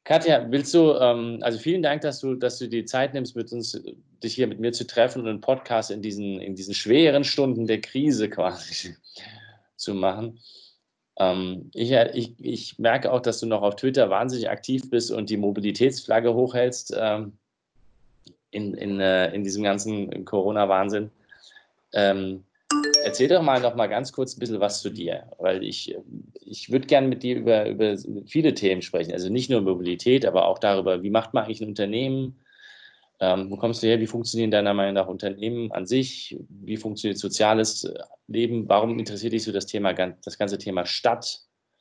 Katja, willst du, also vielen Dank, dass du die Zeit nimmst, dich hier mit mir zu treffen und einen Podcast in diesen schweren Stunden der Krise quasi zu machen. Ich merke auch, dass du noch auf Twitter wahnsinnig aktiv bist und die Mobilitätsflagge hochhältst in diesem ganzen Corona-Wahnsinn. Erzähl doch noch mal ganz kurz ein bisschen was zu dir, weil ich würde gerne mit dir über viele Themen sprechen, also nicht nur Mobilität, aber auch darüber, wie macht man eigentlich ein Unternehmen, wo kommst du her, wie funktionieren deiner Meinung nach Unternehmen an sich, wie funktioniert soziales Leben, warum interessiert dich so das ganze Thema Stadt?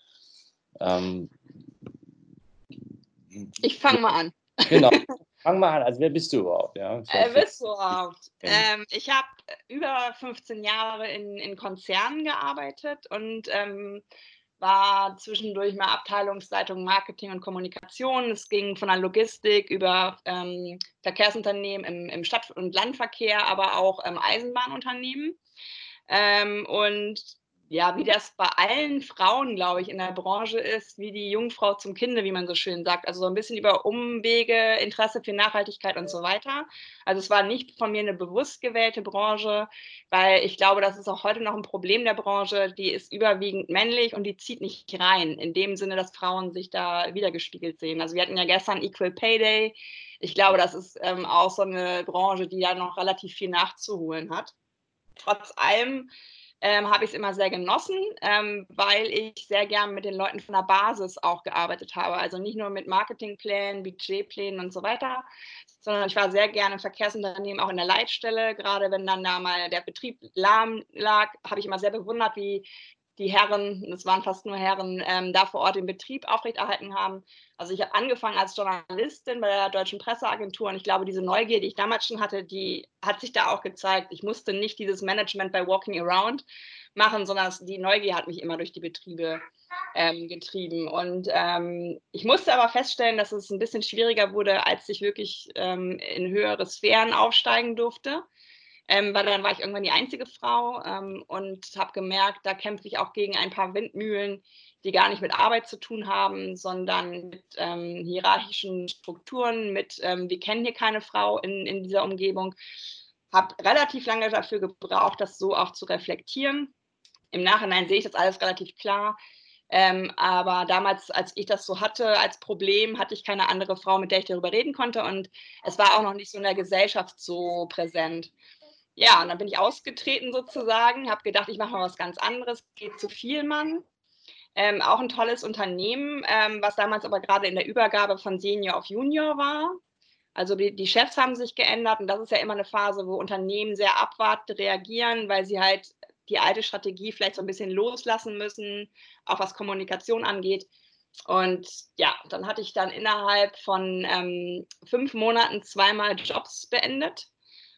Ich fange mal an. Genau. Fang mal an, also wer bist du überhaupt? Ja, bist du überhaupt? Ich habe über 15 Jahre in Konzernen gearbeitet und war zwischendurch mal Abteilungsleitung Marketing und Kommunikation. Es ging von der Logistik über Verkehrsunternehmen im Stadt- und Landverkehr, aber auch Eisenbahnunternehmen. Und ja, wie das bei allen Frauen, glaube ich, in der Branche ist, wie die Jungfrau zum Kinde, wie man so schön sagt. Also so ein bisschen über Umwege, Interesse für Nachhaltigkeit und so weiter. Also es war nicht von mir eine bewusst gewählte Branche, weil ich glaube, das ist auch heute noch ein Problem der Branche. Die ist überwiegend männlich und die zieht nicht rein, in dem Sinne, dass Frauen sich da wiedergespiegelt sehen. Also wir hatten ja gestern Equal Pay Day. Ich glaube, das ist auch so eine Branche, die da noch relativ viel nachzuholen hat. Trotz allem habe ich es immer sehr genossen, weil ich sehr gern mit den Leuten von der Basis auch gearbeitet habe. Also nicht nur mit Marketingplänen, Budgetplänen und so weiter, sondern ich war sehr gerne im Verkehrsunternehmen, auch in der Leitstelle. Gerade wenn dann da mal der Betrieb lahm lag, habe ich immer sehr bewundert, wie die Herren, es waren fast nur Herren, da vor Ort den Betrieb aufrechterhalten haben. Also ich habe angefangen als Journalistin bei der Deutschen Presseagentur und ich glaube, diese Neugier, die ich damals schon hatte, die hat sich da auch gezeigt. Ich musste nicht dieses Management bei Walking Around machen, sondern die Neugier hat mich immer durch die Betriebe getrieben. Und ich musste aber feststellen, dass es ein bisschen schwieriger wurde, als ich wirklich in höhere Sphären aufsteigen durfte. Weil dann war ich irgendwann die einzige Frau und habe gemerkt, da kämpfe ich auch gegen ein paar Windmühlen, die gar nicht mit Arbeit zu tun haben, sondern mit hierarchischen Strukturen, wir kennen hier keine Frau in dieser Umgebung. Habe relativ lange dafür gebraucht, das so auch zu reflektieren. Im Nachhinein sehe ich das alles relativ klar. Aber damals, als ich das so hatte als Problem, hatte ich keine andere Frau, mit der ich darüber reden konnte. Und es war auch noch nicht so in der Gesellschaft so präsent. Ja, und dann bin ich ausgetreten sozusagen, habe gedacht, ich mache mal was ganz anderes, geht zu Vielmann. Auch ein tolles Unternehmen, was damals aber gerade in der Übergabe von Senior auf Junior war. Also die Chefs haben sich geändert und das ist ja immer eine Phase, wo Unternehmen sehr abwartend reagieren, weil sie halt die alte Strategie vielleicht so ein bisschen loslassen müssen, auch was Kommunikation angeht. Und ja, dann hatte ich dann innerhalb von 5 Monaten 2-mal Jobs beendet.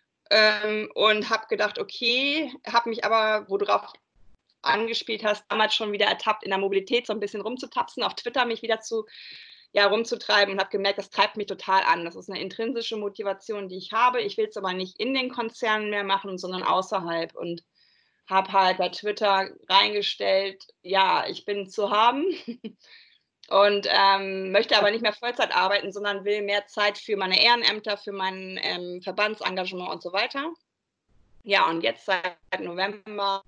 Und habe gedacht, okay, habe mich aber, wo du drauf angespielt hast, damals schon wieder ertappt, in der Mobilität so ein bisschen rumzutapsen, auf Twitter mich wieder rumzutreiben und habe gemerkt, das treibt mich total an. Das ist eine intrinsische Motivation, die ich habe. Ich will es aber nicht in den Konzernen mehr machen, sondern außerhalb und habe halt bei Twitter reingestellt, ja, ich bin zu haben und möchte aber nicht mehr Vollzeit arbeiten, sondern will mehr Zeit für meine Ehrenämter, für mein Verbandsengagement und so weiter. Ja, und jetzt seit November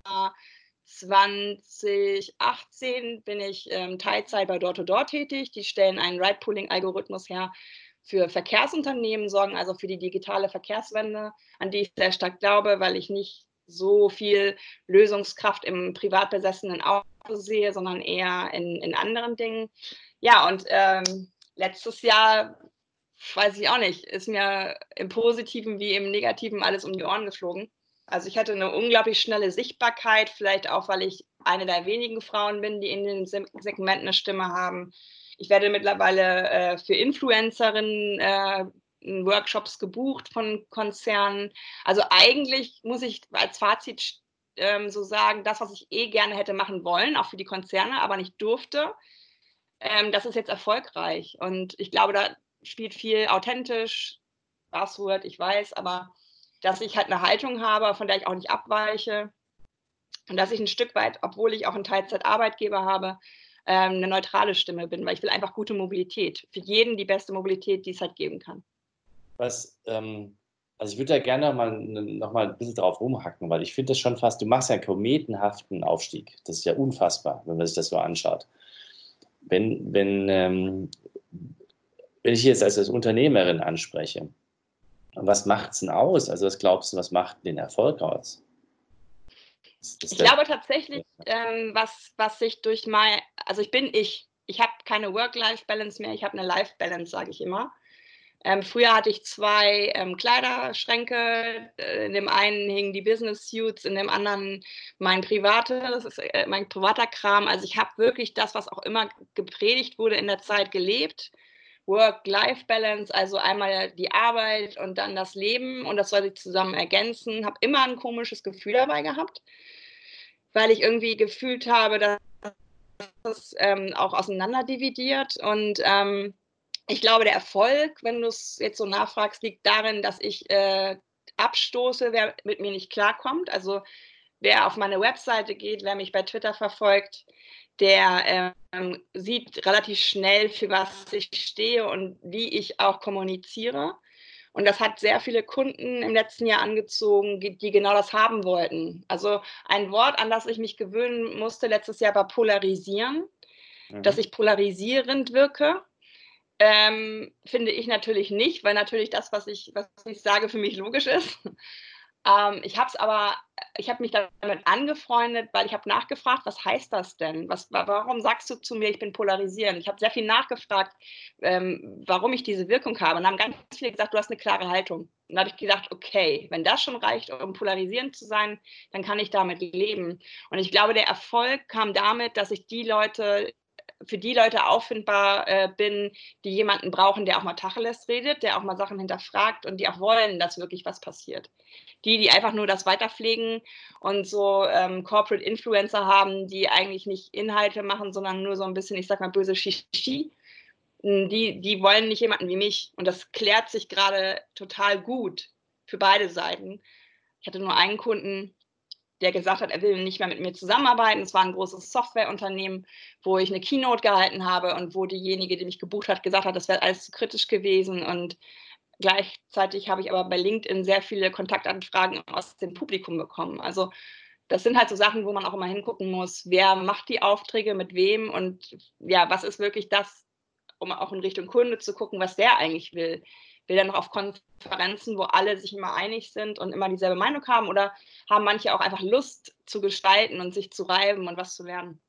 2018 bin ich Teilzeit bei Door-to-Door tätig. Die stellen einen Ride-Pooling-Algorithmus her für Verkehrsunternehmen, sorgen also für die digitale Verkehrswende, an die ich sehr stark glaube, weil ich nicht so viel Lösungskraft im privat besessenen Auto sehe, sondern eher in anderen Dingen. Ja, und letztes Jahr, weiß ich auch nicht, ist mir im Positiven wie im Negativen alles um die Ohren geflogen. Also ich hatte eine unglaublich schnelle Sichtbarkeit, vielleicht auch, weil ich eine der wenigen Frauen bin, die in dem Segment eine Stimme haben. Ich werde mittlerweile für Influencerinnen Workshops gebucht von Konzernen. Also eigentlich muss ich als Fazit so sagen, das, was ich gerne hätte machen wollen, auch für die Konzerne, aber nicht durfte, das ist jetzt erfolgreich. Und ich glaube, da spielt viel authentisch, Buzzword, ich weiß, aber dass ich halt eine Haltung habe, von der ich auch nicht abweiche und dass ich ein Stück weit, obwohl ich auch einen Teilzeitarbeitgeber habe, eine neutrale Stimme bin, weil ich will einfach gute Mobilität. Für jeden die beste Mobilität, die es halt geben kann. Also ich würde da gerne noch mal ein bisschen drauf rumhacken, weil ich finde das schon fast, du machst ja einen kometenhaften Aufstieg. Das ist ja unfassbar, wenn man sich das so anschaut. Wenn ich jetzt als Unternehmerin anspreche, was macht es denn aus? Also was glaubst du, was macht den Erfolg aus? Ich glaube tatsächlich, was sich durch also ich habe keine Work-Life-Balance mehr, ich habe eine Life-Balance, sage ich immer. Früher hatte ich 2 Kleiderschränke, in dem einen hingen die Business-Suits, in dem anderen mein privater Kram. Also ich habe wirklich das, was auch immer gepredigt wurde in der Zeit, gelebt. Work-Life-Balance, also einmal die Arbeit und dann das Leben und das soll sich zusammen ergänzen. Habe immer ein komisches Gefühl dabei gehabt, weil ich irgendwie gefühlt habe, dass das auch auseinanderdividiert und ich glaube, der Erfolg, wenn du es jetzt so nachfragst, liegt darin, dass ich abstoße, wer mit mir nicht klarkommt. Also wer auf meine Webseite geht, wer mich bei Twitter verfolgt, der sieht relativ schnell, für was ich stehe und wie ich auch kommuniziere. Und das hat sehr viele Kunden im letzten Jahr angezogen, die genau das haben wollten. Also ein Wort, an das ich mich gewöhnen musste letztes Jahr, war polarisieren, dass ich polarisierend wirke. Finde ich natürlich nicht, weil natürlich das, was ich sage, für mich logisch ist. Ich habe mich damit angefreundet, weil ich habe nachgefragt, was heißt das denn? Warum sagst du zu mir, ich bin polarisierend? Ich habe sehr viel nachgefragt, warum ich diese Wirkung habe. Und dann haben ganz viele gesagt, du hast eine klare Haltung. Und da habe ich gedacht, okay, wenn das schon reicht, um polarisierend zu sein, dann kann ich damit leben. Und ich glaube, der Erfolg kam damit, dass ich für die Leute auffindbar bin, die jemanden brauchen, der auch mal Tacheles redet, der auch mal Sachen hinterfragt und die auch wollen, dass wirklich was passiert. Die einfach nur das weiterpflegen und so Corporate Influencer haben, die eigentlich nicht Inhalte machen, sondern nur so ein bisschen, ich sag mal, böse Shishi, die wollen nicht jemanden wie mich. Und das klärt sich gerade total gut für beide Seiten. Ich hatte nur einen Kunden, der gesagt hat, er will nicht mehr mit mir zusammenarbeiten. Es war ein großes Softwareunternehmen, wo ich eine Keynote gehalten habe und wo diejenige, die mich gebucht hat, gesagt hat, das wäre alles zu kritisch gewesen. Und gleichzeitig habe ich aber bei LinkedIn sehr viele Kontaktanfragen aus dem Publikum bekommen. Also das sind halt so Sachen, wo man auch immer hingucken muss, wer macht die Aufträge mit wem und ja, was ist wirklich das, um auch in Richtung Kunde zu gucken, was der eigentlich will. Will er noch auf Konferenzen, wo alle sich immer einig sind und immer dieselbe Meinung haben, oder haben manche auch einfach Lust zu gestalten und sich zu reiben und was zu lernen?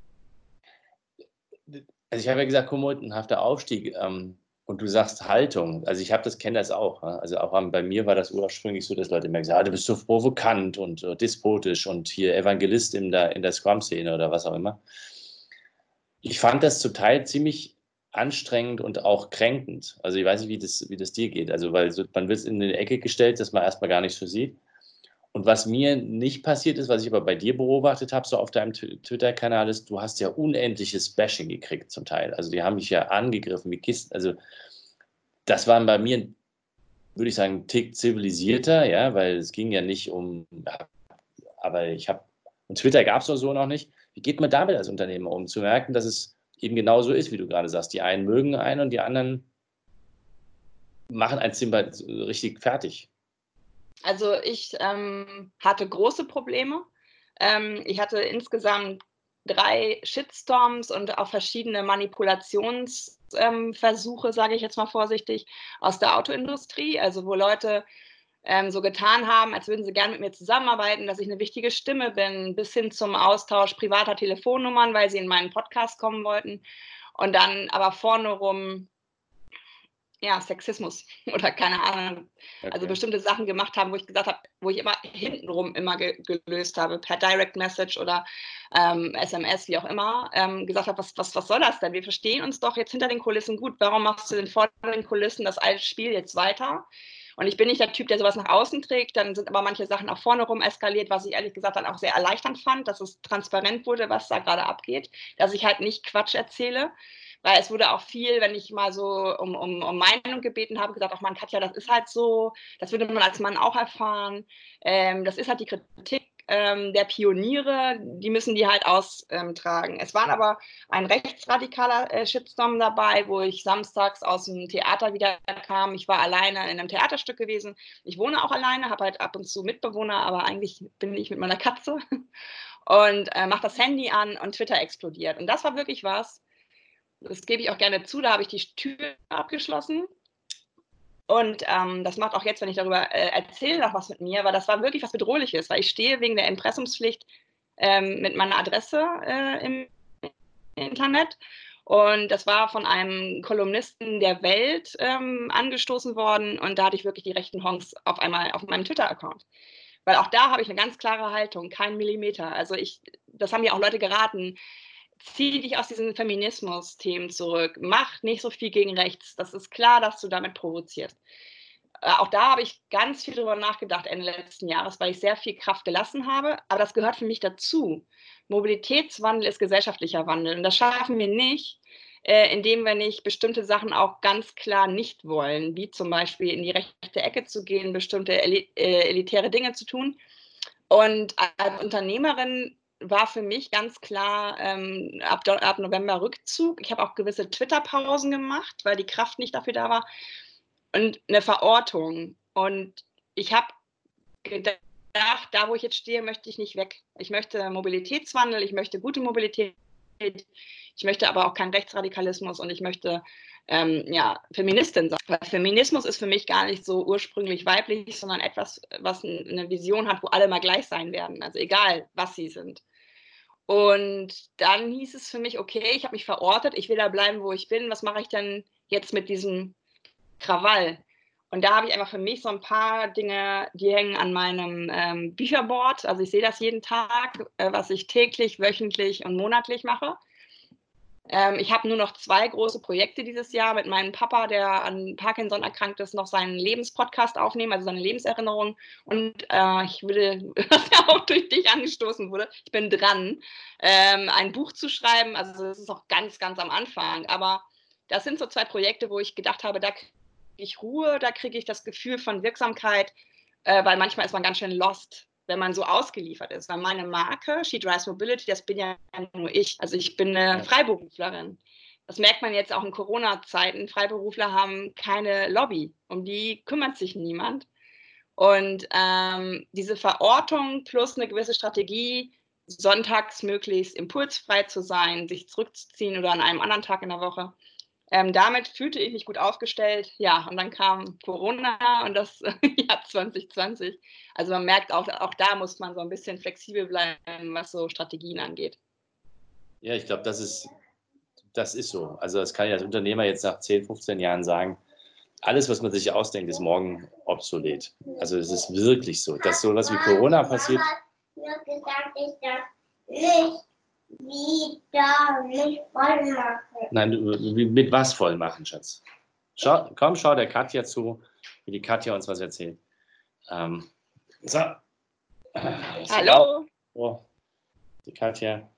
Also ich habe ja gesagt, komodenhafter Aufstieg, und du sagst Haltung. Also ich kenne das auch. Ne? Also auch bei mir war das ursprünglich so, dass Leute immer gesagt haben, du bist so provokant und despotisch und hier Evangelist in der Scrum-Szene oder was auch immer. Ich fand das zum Teil ziemlich anstrengend und auch kränkend. Also ich weiß nicht, wie das dir geht. Also weil man wird in eine Ecke gestellt, dass man erstmal gar nichts so sieht. Und was mir nicht passiert ist, was ich aber bei dir beobachtet habe, so auf deinem Twitter-Kanal, ist, du hast ja unendliches Bashing gekriegt zum Teil. Also die haben mich ja angegriffen wie Kisten. Also das war bei mir, würde ich sagen, ein Tick zivilisierter, ja, weil es ging ja nicht um, aber und Twitter gab es so noch nicht. Wie geht man damit als Unternehmer um, zu merken, dass es eben genau so ist, wie du gerade sagst. Die einen mögen einen und die anderen machen ein Zimmer richtig fertig. Also ich hatte große Probleme. Ich hatte insgesamt 3 Shitstorms und auch verschiedene Manipulationsversuche, sage ich jetzt mal vorsichtig, aus der Autoindustrie, also wo Leute so getan haben, als würden sie gerne mit mir zusammenarbeiten, dass ich eine wichtige Stimme bin, bis hin zum Austausch privater Telefonnummern, weil sie in meinen Podcast kommen wollten. Und dann aber vorne rum, ja, Sexismus oder keine Ahnung, also Okay. bestimmte Sachen gemacht haben, wo ich gesagt habe, wo ich immer hintenrum immer gelöst habe, per Direct Message oder SMS, wie auch immer, gesagt habe, was soll das denn? Wir verstehen uns doch jetzt hinter den Kulissen gut. Warum machst du denn vor den Kulissen das alte Spiel jetzt weiter? Und ich bin nicht der Typ, der sowas nach außen trägt. Dann sind aber manche Sachen auch vorne rum eskaliert, was ich ehrlich gesagt dann auch sehr erleichternd fand, dass es transparent wurde, was da gerade abgeht, dass ich halt nicht Quatsch erzähle. Weil es wurde auch viel, wenn ich mal so um Meinung gebeten habe, gesagt, ach Mann, Katja, das ist halt so, das würde man als Mann auch erfahren. Das ist halt die Kritik der Pioniere, die müssen die halt austragen. Es waren aber ein rechtsradikaler Shitstorm dabei, wo ich samstags aus dem Theater wieder kam. Ich war alleine in einem Theaterstück gewesen. Ich wohne auch alleine, habe halt ab und zu Mitbewohner, aber eigentlich bin ich mit meiner Katze und mache das Handy an und Twitter explodiert. Und das war wirklich was, das gebe ich auch gerne zu, da habe ich die Tür abgeschlossen. Und das macht auch jetzt, wenn ich darüber erzähle, noch was mit mir, weil das war wirklich was Bedrohliches, weil ich stehe wegen der Impressumspflicht mit meiner Adresse im Internet. Und das war von einem Kolumnisten der Welt angestoßen worden. Und da hatte ich wirklich die rechten Honks auf einmal auf meinem Twitter-Account. Weil auch da habe ich eine ganz klare Haltung, kein Millimeter. Also das haben mir auch Leute geraten, zieh dich aus diesen Feminismus-Themen zurück, mach nicht so viel gegen rechts. Das ist klar, dass du damit provozierst. Auch da habe ich ganz viel drüber nachgedacht Ende letzten Jahres, weil ich sehr viel Kraft gelassen habe. Aber das gehört für mich dazu. Mobilitätswandel ist gesellschaftlicher Wandel. Und das schaffen wir nicht, indem wir nicht bestimmte Sachen auch ganz klar nicht wollen, wie zum Beispiel in die rechte Ecke zu gehen, bestimmte elitäre Dinge zu tun. Und als Unternehmerin war für mich ganz klar ab November Rückzug. Ich habe auch gewisse Twitter-Pausen gemacht, weil die Kraft nicht dafür da war. Und eine Verortung. Und ich habe gedacht, da wo ich jetzt stehe, möchte ich nicht weg. Ich möchte Mobilitätswandel, ich möchte gute Mobilität, ich möchte aber auch keinen Rechtsradikalismus und ich möchte Feministin sein. Weil Feminismus ist für mich gar nicht so ursprünglich weiblich, sondern etwas, was eine Vision hat, wo alle mal gleich sein werden. Also egal, was sie sind. Und dann hieß es für mich, okay, ich habe mich verortet, ich will da bleiben, wo ich bin. Was mache ich denn jetzt mit diesem Krawall? Und da habe ich einfach für mich so ein paar Dinge, die hängen an meinem Bücherboard. Also ich sehe das jeden Tag, was ich täglich, wöchentlich und monatlich mache. Ich habe nur noch 2 große Projekte dieses Jahr mit meinem Papa, der an Parkinson erkrankt ist, noch seinen Lebenspodcast aufnehmen, also seine Lebenserinnerung. Und ich würde, was ja auch durch dich angestoßen wurde, ich bin dran, ein Buch zu schreiben. Also das ist noch ganz, ganz am Anfang. Aber das sind so 2 Projekte, wo ich gedacht habe, da kriege ich Ruhe, da kriege ich das Gefühl von Wirksamkeit, weil manchmal ist man ganz schön lost, wenn man so ausgeliefert ist. Weil meine Marke, She Drives Mobility, das bin ja nur ich. Also ich bin eine Freiberuflerin. Das merkt man jetzt auch in Corona-Zeiten. Freiberufler haben keine Lobby. Um die kümmert sich niemand. Und diese Verortung plus eine gewisse Strategie, sonntags möglichst impulsfrei zu sein, sich zurückzuziehen oder an einem anderen Tag in der Woche, damit fühlte ich mich gut aufgestellt. Ja, und dann kam Corona und das Jahr 2020. Also man merkt auch da muss man so ein bisschen flexibel bleiben, was so Strategien angeht. Ja, ich glaube, das ist so. Also das kann ich als Unternehmer jetzt nach 10, 15 Jahren sagen. Alles, was man sich ausdenkt, ist morgen obsolet. Also es ist wirklich so, dass sowas wie Corona passiert. Wieder nicht voll machen. Nein, mit was voll machen, Schatz? Schau der Katja zu, wie die Katja uns was erzählt. So. Hallo. Oh, die Katja.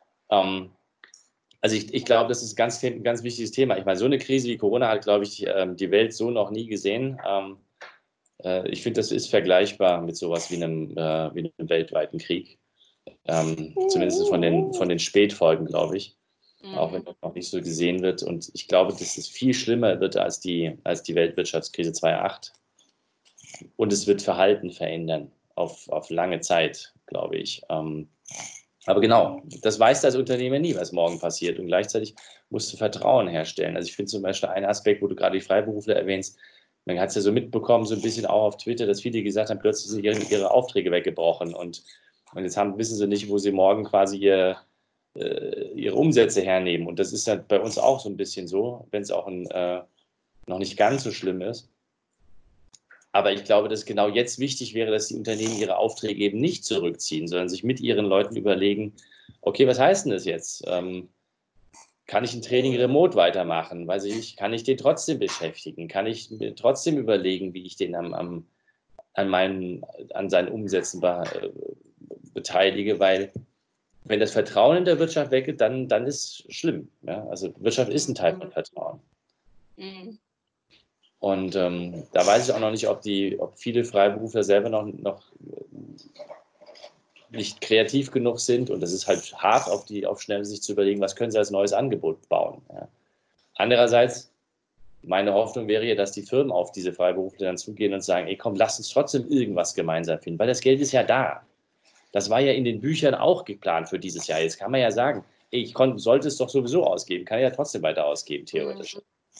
Also ich glaube, das ist ein ganz wichtiges Thema. Ich meine, so eine Krise wie Corona hat, glaube ich, die Welt so noch nie gesehen. Ich finde, das ist vergleichbar mit sowas wie einem weltweiten Krieg. Zumindest von den Spätfolgen, glaube ich. Auch wenn das noch nicht so gesehen wird. Und ich glaube, dass es viel schlimmer wird als die Weltwirtschaftskrise 2008. Und es wird Verhalten verändern auf lange Zeit, glaube ich. Aber genau, das weißt du als Unternehmer nie, was morgen passiert. Und gleichzeitig musst du Vertrauen herstellen. Also ich finde zum Beispiel einen Aspekt, wo du gerade die Freiberufler erwähnst, man hat es ja so mitbekommen, so ein bisschen auch auf Twitter, dass viele gesagt haben, plötzlich sind ihre Aufträge weggebrochen. Und jetzt wissen sie nicht, wo sie morgen quasi ihre Umsätze hernehmen. Und das ist ja bei uns auch so ein bisschen so, wenn es auch noch nicht ganz so schlimm ist. Aber ich glaube, dass genau jetzt wichtig wäre, dass die Unternehmen ihre Aufträge eben nicht zurückziehen, sondern sich mit ihren Leuten überlegen, okay, was heißt denn das jetzt? Kann ich ein Training remote weitermachen? Weiß ich nicht, kann ich den trotzdem beschäftigen? Kann ich mir trotzdem überlegen, wie ich den an seinen Umsätzen beteilige? Weil wenn das Vertrauen in der Wirtschaft weggeht, dann ist es schlimm. Ja? Also Wirtschaft ist ein Teil von Vertrauen. Und da weiß ich auch noch nicht, ob viele Freiberufler selber noch nicht kreativ genug sind. Und das ist halt hart, auf schnell sich zu überlegen, was können sie als neues Angebot bauen. Ja. Andererseits, meine Hoffnung wäre ja, dass die Firmen auf diese Freiberufler dann zugehen und sagen, ey komm, lass uns trotzdem irgendwas gemeinsam finden, weil das Geld ist ja da. Das war ja in den Büchern auch geplant für dieses Jahr. Jetzt kann man ja sagen, ey, sollte es doch sowieso ausgeben, kann ja trotzdem weiter ausgeben, theoretisch.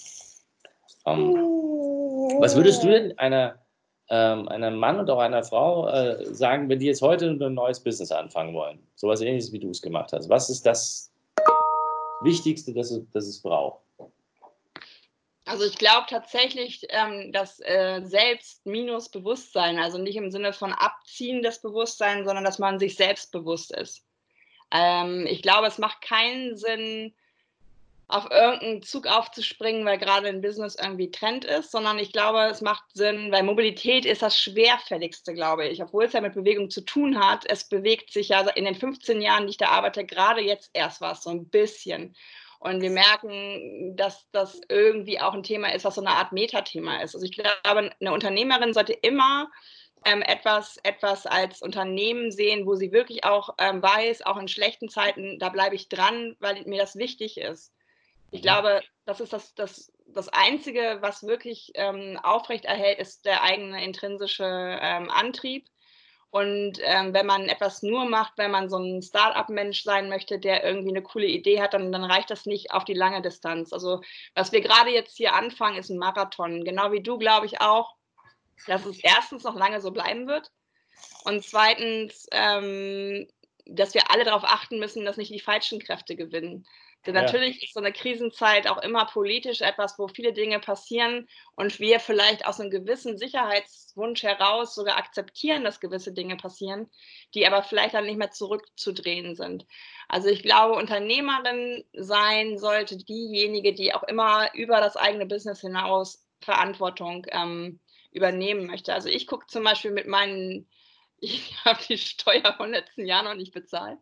Was würdest du denn einem Mann und auch einer Frau sagen, wenn die jetzt heute ein neues Business anfangen wollen? Sowas Ähnliches, wie du es gemacht hast. Was ist das Wichtigste, das es braucht? Also ich glaube tatsächlich, dass Selbst minus Bewusstsein, also nicht im Sinne von Abziehen des Bewusstseins, sondern dass man sich selbst bewusst ist. Ich glaube, es macht keinen Sinn, auf irgendeinen Zug aufzuspringen, weil gerade ein Business irgendwie Trend ist, sondern ich glaube, es macht Sinn, weil Mobilität ist das Schwerfälligste, glaube ich, obwohl es ja mit Bewegung zu tun hat. Es bewegt sich ja in den 15 Jahren, die ich da arbeite, gerade jetzt erst was, so ein bisschen. Und wir merken, dass das irgendwie auch ein Thema ist, was so eine Art Metathema ist. Also ich glaube, eine Unternehmerin sollte immer etwas als Unternehmen sehen, wo sie wirklich auch weiß, auch in schlechten Zeiten, da bleibe ich dran, weil mir das wichtig ist. Ich glaube, das ist das Einzige, was wirklich aufrechterhält, ist der eigene intrinsische Antrieb. Und wenn man etwas nur macht, wenn man so ein Start-up-Mensch sein möchte, der irgendwie eine coole Idee hat, dann reicht das nicht auf die lange Distanz. Also was wir gerade jetzt hier anfangen, ist ein Marathon. Genau wie du, glaube ich auch, dass es erstens noch lange so bleiben wird und zweitens, dass wir alle darauf achten müssen, dass nicht die falschen Kräfte gewinnen. Denn natürlich ist so eine Krisenzeit auch immer politisch etwas, wo viele Dinge passieren und wir vielleicht aus einem gewissen Sicherheitswunsch heraus sogar akzeptieren, dass gewisse Dinge passieren, die aber vielleicht dann nicht mehr zurückzudrehen sind. Also ich glaube, Unternehmerin sein sollte diejenige, die auch immer über das eigene Business hinaus Verantwortung übernehmen möchte. Also ich gucke zum Beispiel ich habe die Steuer vom letzten Jahr noch nicht bezahlt.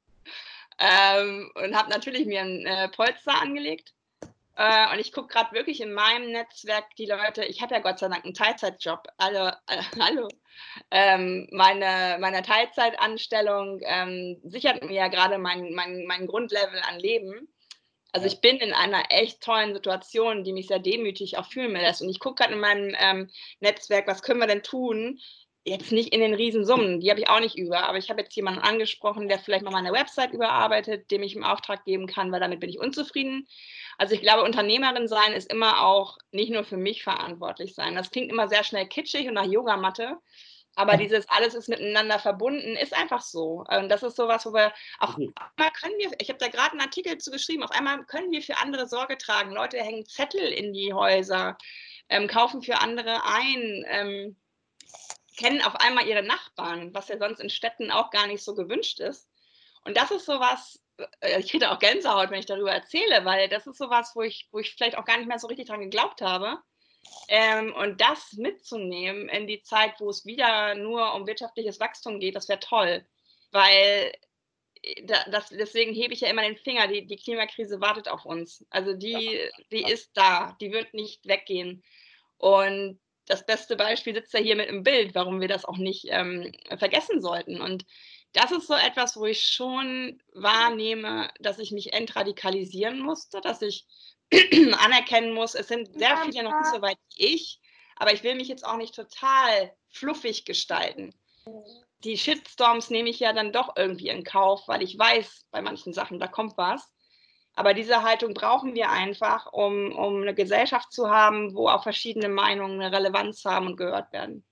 Und habe natürlich mir ein Polster angelegt. Und ich gucke gerade wirklich in meinem Netzwerk die Leute, ich habe ja Gott sei Dank einen Teilzeitjob. Hallo. Meine Teilzeitanstellung sichert mir ja gerade mein Grundlevel an Leben. Also ich bin in einer echt tollen Situation, die mich sehr demütig auch fühlen lässt. Und ich gucke gerade in meinem Netzwerk, was können wir denn tun? Jetzt nicht in den Riesensummen, die habe ich auch nicht über, aber ich habe jetzt jemanden angesprochen, der vielleicht mal meine Website überarbeitet, dem ich im Auftrag geben kann, weil damit bin ich unzufrieden. Also ich glaube, Unternehmerin sein ist immer auch nicht nur für mich verantwortlich sein. Das klingt immer sehr schnell kitschig und nach Yogamatte, aber dieses alles ist miteinander verbunden, ist einfach so. Und das ist sowas, wo wir auch einmal ich habe da gerade einen Artikel zu geschrieben, auf einmal können wir für andere Sorge tragen. Leute hängen Zettel in die Häuser, kaufen für andere ein, kennen auf einmal ihre Nachbarn, was ja sonst in Städten auch gar nicht so gewünscht ist. Und das ist sowas, ich kriege auch Gänsehaut, wenn ich darüber erzähle, weil das ist sowas, wo ich vielleicht auch gar nicht mehr so richtig dran geglaubt habe. Und das mitzunehmen in die Zeit, wo es wieder nur um wirtschaftliches Wachstum geht, das wäre toll. Weil deswegen hebe ich ja immer den Finger, die Klimakrise wartet auf uns. Also die ist da, die wird nicht weggehen. Und das beste Beispiel sitzt ja hier mit im Bild, warum wir das auch nicht vergessen sollten. Und das ist so etwas, wo ich schon wahrnehme, dass ich mich entradikalisieren musste, dass ich anerkennen muss, es sind sehr viele noch nicht so weit wie ich, aber ich will mich jetzt auch nicht total fluffig gestalten. Die Shitstorms nehme ich ja dann doch irgendwie in Kauf, weil ich weiß, bei manchen Sachen, da kommt was. Aber diese Haltung brauchen wir einfach, um eine Gesellschaft zu haben, wo auch verschiedene Meinungen eine Relevanz haben und gehört werden.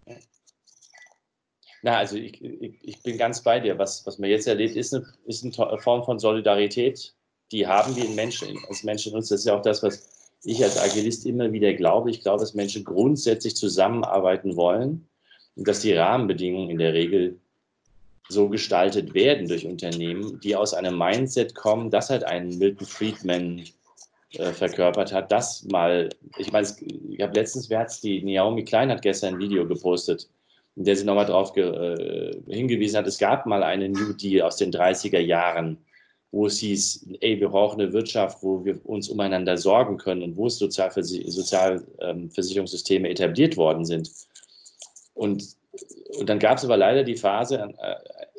Na, also ich bin ganz bei dir. Was man jetzt erlebt, ist eine Form von Solidarität, die haben wir als Menschen in uns. Das ist ja auch das, was ich als Agilist immer wieder glaube. Ich glaube, dass Menschen grundsätzlich zusammenarbeiten wollen und dass die Rahmenbedingungen in der Regel so gestaltet werden durch Unternehmen, die aus einem Mindset kommen, das halt einen Milton Friedman verkörpert hat. Ich meine, ich habe letztens, die Naomi Klein hat gestern ein Video gepostet, in der sie nochmal darauf hingewiesen hat, es gab mal einen New Deal aus den 30er Jahren, wo es hieß, ey, wir brauchen eine Wirtschaft, wo wir uns umeinander sorgen können und wo es Sozialversicherungssysteme etabliert worden sind. Und dann gab es aber leider die Phase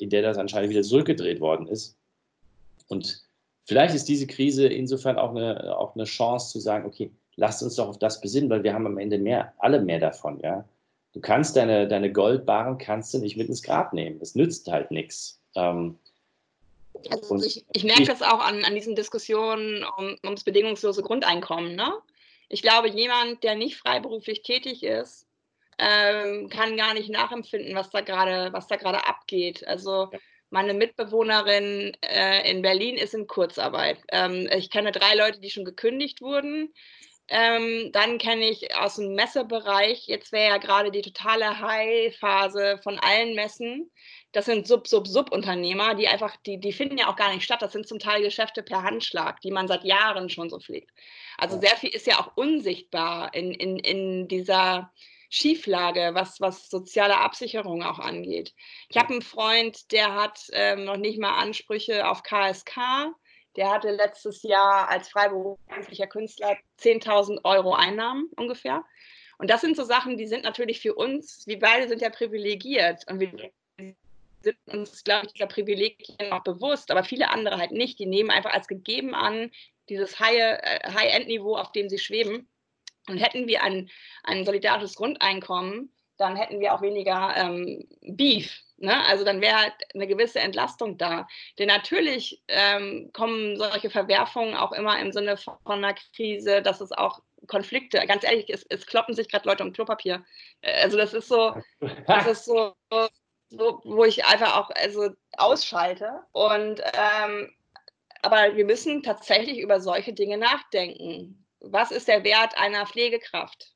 in der das anscheinend wieder zurückgedreht worden ist. Und vielleicht ist diese Krise insofern auch eine Chance zu sagen, okay, lasst uns doch auf das besinnen, weil wir haben am Ende alle mehr davon. Ja? Du kannst deine Goldbarren kannst du nicht mit ins Grab nehmen. Das nützt halt nichts. Also ich merke das auch an diesen Diskussionen ums bedingungslose Grundeinkommen. Ne? Ich glaube, jemand, der nicht freiberuflich tätig ist, kann gar nicht nachempfinden, was da gerade abgeht. Also meine Mitbewohnerin in Berlin ist in Kurzarbeit. Ich kenne 3 Leute, die schon gekündigt wurden. Dann kenne ich aus dem Messebereich, jetzt wäre ja gerade die totale High-Phase von allen Messen. Das sind Subunternehmer, die einfach, die finden ja auch gar nicht statt. Das sind zum Teil Geschäfte per Handschlag, die man seit Jahren schon so pflegt. Also sehr viel ist ja auch unsichtbar in dieser Schieflage, was soziale Absicherung auch angeht. Ich habe einen Freund, der hat noch nicht mal Ansprüche auf KSK. Der hatte letztes Jahr als freiberuflicher Künstler 10.000 € Einnahmen ungefähr. Und das sind so Sachen, die sind natürlich für uns, wir beide sind ja privilegiert und wir sind uns, glaube ich, dieser Privilegien auch bewusst, aber viele andere halt nicht. Die nehmen einfach als gegeben an, dieses High-End-Niveau, auf dem sie schweben. Und hätten wir ein solidarisches Grundeinkommen, dann hätten wir auch weniger Beef. Ne? Also dann wäre halt eine gewisse Entlastung da. Denn natürlich kommen solche Verwerfungen auch immer im Sinne von einer Krise, dass es auch Konflikte, ganz ehrlich, es kloppen sich gerade Leute um Klopapier. Also das ist so, wo ich einfach auch ausschalte. Und aber wir müssen tatsächlich über solche Dinge nachdenken. Was ist der Wert einer Pflegekraft?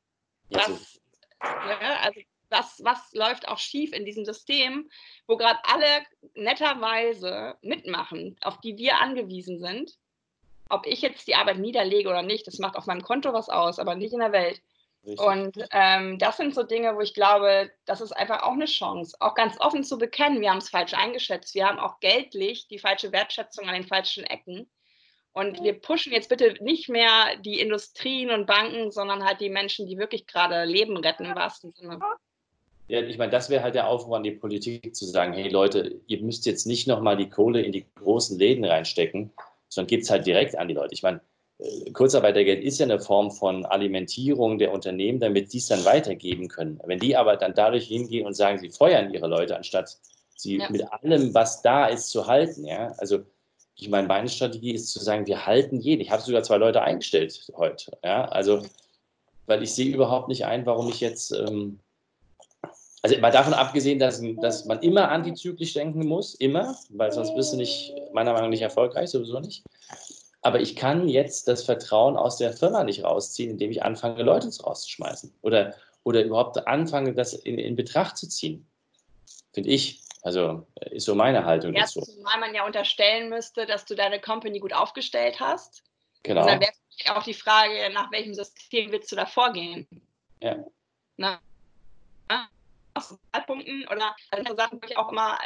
Was läuft auch schief in diesem System, wo gerade alle netterweise mitmachen, auf die wir angewiesen sind? Ob ich jetzt die Arbeit niederlege oder nicht, das macht auf meinem Konto was aus, aber nicht in der Welt. Richtig. Und das sind so Dinge, wo ich glaube, das ist einfach auch eine Chance, auch ganz offen zu bekennen, wir haben es falsch eingeschätzt. Wir haben auch geldlich die falsche Wertschätzung an den falschen Ecken. Und wir pushen jetzt bitte nicht mehr die Industrien und Banken, sondern halt die Menschen, die wirklich gerade Leben retten im wahrsten Sinne. Ja, ich meine, das wäre halt der Aufruf an die Politik, zu sagen, hey Leute, ihr müsst jetzt nicht nochmal die Kohle in die großen Läden reinstecken, sondern gebt es halt direkt an die Leute. Ich meine, Kurzarbeitergeld ist ja eine Form von Alimentierung der Unternehmen, damit die es dann weitergeben können. Wenn die aber dann dadurch hingehen und sagen, sie feuern ihre Leute, anstatt sie mit allem, was da ist, zu halten, ja, also ich meine, meine Strategie ist zu sagen, wir halten jeden. Ich habe sogar 2 Leute eingestellt heute. Ja? Also, weil ich sehe überhaupt nicht ein, warum ich jetzt, also mal davon abgesehen, dass man immer antizyklisch denken muss, immer, weil sonst bist du meiner Meinung nach nicht erfolgreich, sowieso nicht. Aber ich kann jetzt das Vertrauen aus der Firma nicht rausziehen, indem ich anfange, Leute rauszuschmeißen. Oder überhaupt anfange, das in Betracht zu ziehen. Finde ich. Also ist so meine Haltung dazu. Weil man ja unterstellen müsste, dass du deine Company gut aufgestellt hast. Genau. Und dann wäre auch die Frage, nach welchem System willst du da vorgehen? Ja. Na? Aus Zeitpunkten oder andere Sachen, wo ich auch immer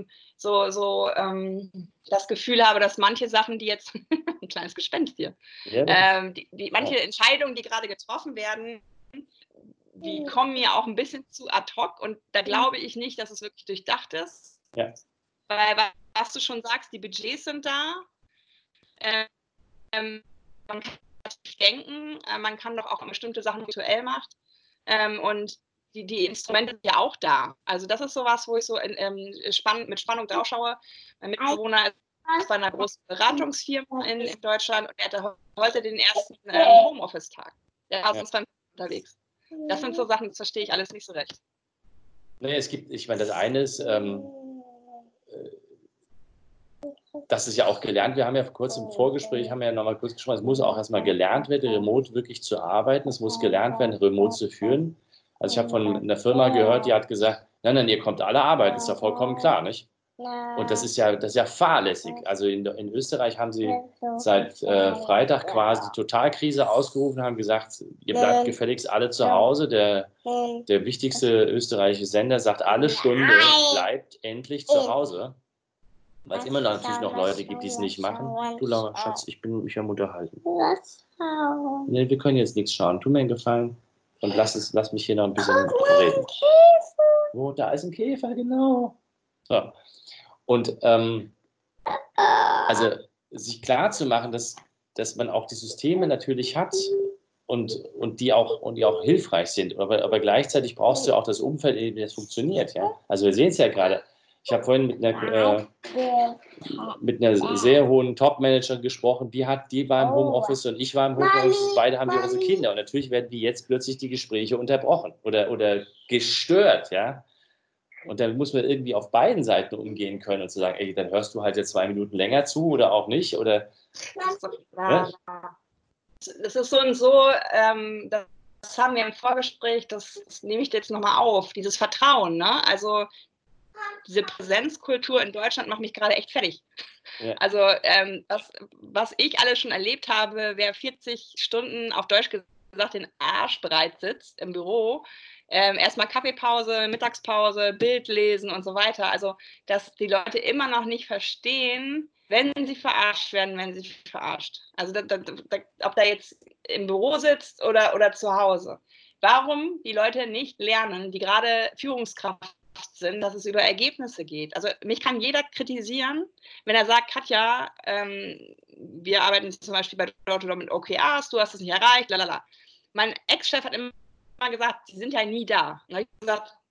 das Gefühl habe, dass manche Sachen, die jetzt, ein kleines Gespenst hier, manche Entscheidungen, die gerade getroffen werden, die kommen mir auch ein bisschen zu ad hoc und da glaube ich nicht, dass es wirklich durchdacht ist. Ja. Weil, was du schon sagst, die Budgets sind da. Man kann denken, man kann doch auch bestimmte Sachen virtuell machen. Und die Instrumente sind ja auch da. Also das ist sowas, wo ich so mit Spannung drauf schaue. Mein Mitbewohner ist bei einer großen Beratungsfirma in Deutschland und er hatte heute den ersten Homeoffice-Tag. Der war sonst beim unterwegs. Das sind so Sachen, das verstehe ich alles nicht so recht. Nee, ich meine, das eine ist, das ist ja auch gelernt. Wir haben ja vor kurzem im Vorgespräch, haben wir ja nochmal kurz gesprochen, es muss auch erstmal gelernt werden, remote wirklich zu arbeiten. Es muss gelernt werden, remote zu führen. Also ich habe von einer Firma gehört, die hat gesagt, nein, ihr kommt alle arbeiten, ist ja vollkommen klar, nicht? Und das ist ja fahrlässig. Also in Österreich haben sie seit Freitag quasi die Totalkrise ausgerufen, haben gesagt, ihr bleibt gefälligst alle zu Hause. Der wichtigste österreichische Sender sagt, alle Stunde bleibt endlich zu Hause. Weil es immer natürlich noch Leute gibt, die es nicht machen. Du, Laura, Schatz, ich bin mich am Unterhalten. Nee, wir können jetzt nichts schauen. Tu mir einen Gefallen und lass mich hier noch ein bisschen reden. Wo, da ist ein Käfer, genau. So. Und also sich klar zu machen, dass man auch die Systeme natürlich hat und die auch hilfreich sind. Aber gleichzeitig brauchst du auch das Umfeld, in dem das funktioniert. Ja? Also wir sehen es ja gerade. Ich habe vorhin mit einer sehr hohen Top-Managerin gesprochen, die war im Homeoffice und ich war im Homeoffice, beide haben wir unsere Kinder. Und natürlich werden die jetzt plötzlich die Gespräche unterbrochen oder gestört. Ja? Und dann muss man irgendwie auf beiden Seiten umgehen können und zu sagen, ey, dann hörst du halt jetzt 2 Minuten länger zu oder auch nicht. Oder, ja. Das ist so und so, das haben wir im Vorgespräch, das nehme ich jetzt nochmal auf, dieses Vertrauen. Ne? Also diese Präsenzkultur in Deutschland macht mich gerade echt fertig. Ja. Also was ich alles schon erlebt habe, wer 40 Stunden auf Deutsch gesagt den Arsch breit sitzt im Büro, erstmal Kaffeepause, Mittagspause, Bild lesen und so weiter. Also dass die Leute immer noch nicht verstehen, wenn sie verarscht werden, wenn sie verarscht. Also ob da jetzt im Büro sitzt oder zu Hause. Warum die Leute nicht lernen, die gerade Führungskraft sind, dass es über Ergebnisse geht. Also mich kann jeder kritisieren, wenn er sagt, Katja, wir arbeiten zum Beispiel bei Door-to-Door mit OKRs, du hast es nicht erreicht, lalala. Mein Ex-Chef hat immer gesagt, sie sind ja nie da. Und ich habe gesagt,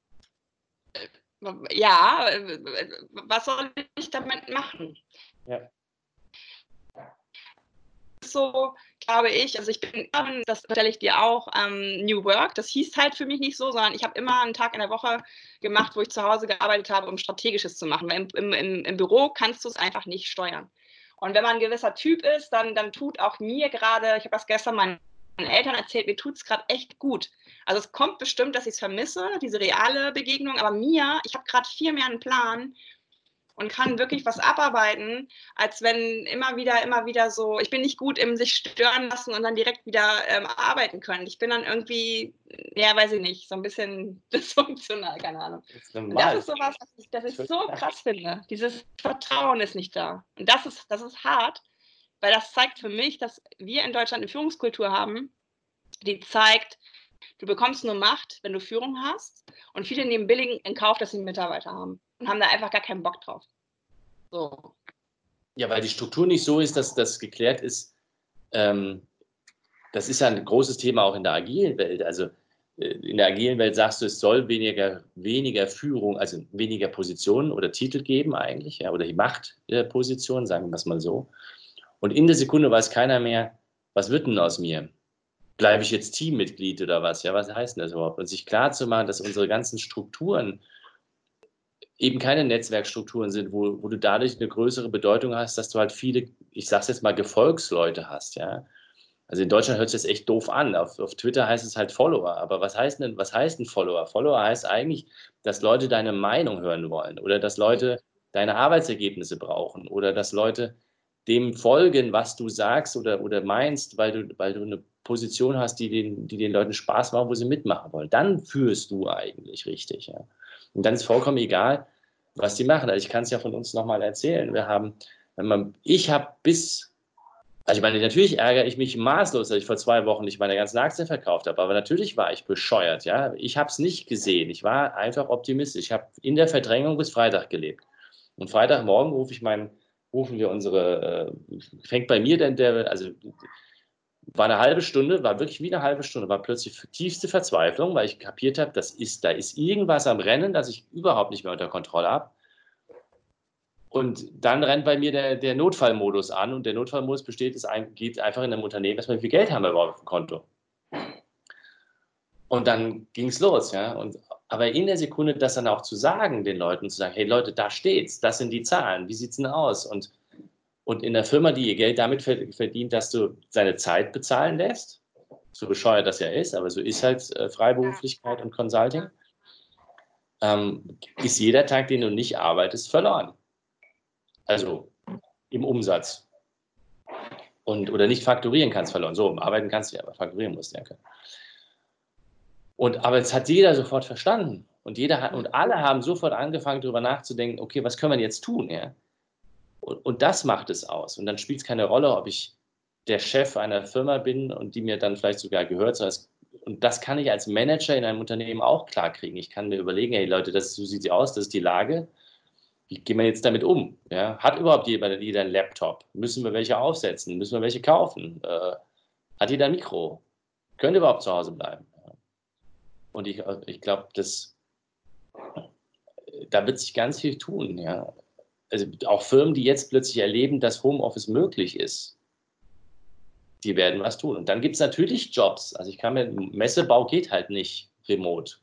ja, was soll ich damit machen? Ja. So, glaube ich, also ich bin, das stelle ich dir auch, New Work, das hieß halt für mich nicht so, sondern ich habe immer einen Tag in der Woche gemacht, wo ich zu Hause gearbeitet habe, um Strategisches zu machen, weil im Büro kannst du es einfach nicht steuern. Und wenn man ein gewisser Typ ist, dann tut auch mir gerade, ich habe das gestern meinen Eltern erzählt, mir tut es gerade echt gut. Also es kommt bestimmt, dass ich es vermisse, diese reale Begegnung, aber ich habe gerade viel mehr einen Plan und kann wirklich was abarbeiten, als wenn immer wieder so, ich bin nicht gut im sich stören lassen und dann direkt wieder arbeiten können. Ich bin dann irgendwie, ja, weiß ich nicht, so ein bisschen dysfunktional, keine Ahnung. Das ist sowas, das ich so krass finde. Dieses Vertrauen ist nicht da. Und das ist hart, weil das zeigt für mich, dass wir in Deutschland eine Führungskultur haben, die zeigt, du bekommst nur Macht, wenn du Führung hast. Und viele nehmen billig in Kauf, dass sie Mitarbeiter haben und haben da einfach gar keinen Bock drauf. So. Ja, weil die Struktur nicht so ist, dass das geklärt ist. Das ist ja ein großes Thema auch in der agilen Welt. Also in der agilen Welt sagst du, es soll weniger Führung, also weniger Positionen oder Titel geben eigentlich, ja, oder die Machtpositionen, sagen wir es mal so. Und in der Sekunde weiß keiner mehr, was wird denn aus mir? Bleibe ich jetzt Teammitglied oder was? Ja, was heißt denn das überhaupt? Und sich klar zu machen, dass unsere ganzen Strukturen eben keine Netzwerkstrukturen sind, wo du dadurch eine größere Bedeutung hast, dass du halt viele, ich sag's jetzt mal, Gefolgsleute hast, ja. Also in Deutschland hört sich das echt doof an. Auf Twitter heißt es halt Follower. Aber was heißt ein Follower? Follower heißt eigentlich, dass Leute deine Meinung hören wollen oder dass Leute deine Arbeitsergebnisse brauchen oder dass Leute dem folgen, was du sagst oder meinst, weil du eine Position hast, die den Leuten Spaß macht, wo sie mitmachen wollen. Dann führst du eigentlich richtig. Ja. Und dann ist vollkommen egal, was die machen. Also ich kann es ja von uns nochmal erzählen. Also ich meine, natürlich ärgere ich mich maßlos, dass ich vor 2 Wochen nicht meine ganzen Aktien verkauft habe, aber natürlich war ich bescheuert, ja. Ich habe es nicht gesehen. Ich war einfach optimistisch. Ich habe in der Verdrängung bis Freitag gelebt. Und Freitagmorgen fängt bei mir also war eine halbe Stunde, war wirklich wie eine halbe Stunde, war plötzlich tiefste Verzweiflung, weil ich kapiert habe, da ist irgendwas am Rennen, das ich überhaupt nicht mehr unter Kontrolle habe. Und dann rennt bei mir der Notfallmodus an und der Notfallmodus geht einfach in einem Unternehmen, erstmal, wie viel Geld haben wir überhaupt auf dem Konto? Und dann ging es los, ja. Aber in der Sekunde, das dann auch zu sagen, den Leuten zu sagen, hey Leute, da steht's, das sind die Zahlen, wie sieht's denn aus? Und in der Firma, die ihr Geld damit verdient, dass du seine Zeit bezahlen lässt, so bescheuert das ja ist, aber so ist halt Freiberuflichkeit und Consulting, ist jeder Tag, den du nicht arbeitest, verloren. Also im Umsatz. Oder nicht fakturieren kannst, verloren. So, arbeiten kannst du ja, aber fakturieren musst du ja können. Aber es hat jeder sofort verstanden. Und alle haben sofort angefangen, darüber nachzudenken, okay, was können wir jetzt tun? Ja? Und das macht es aus. Und dann spielt es keine Rolle, ob ich der Chef einer Firma bin und die mir dann vielleicht sogar gehört. Und das kann ich als Manager in einem Unternehmen auch klar kriegen. Ich kann mir überlegen, hey Leute, so sieht sie aus, das ist die Lage. wie gehen wir jetzt damit um? Ja? Hat überhaupt jeder einen Laptop? Müssen wir welche aufsetzen? Müssen wir welche kaufen? Hat jeder ein Mikro? Können überhaupt zu Hause bleiben? Ja. Und ich glaube, da wird sich ganz viel tun. Ja. Also auch Firmen, die jetzt plötzlich erleben, dass Homeoffice möglich ist, die werden was tun. Und dann gibt es natürlich Jobs. Also Messebau geht halt nicht remote.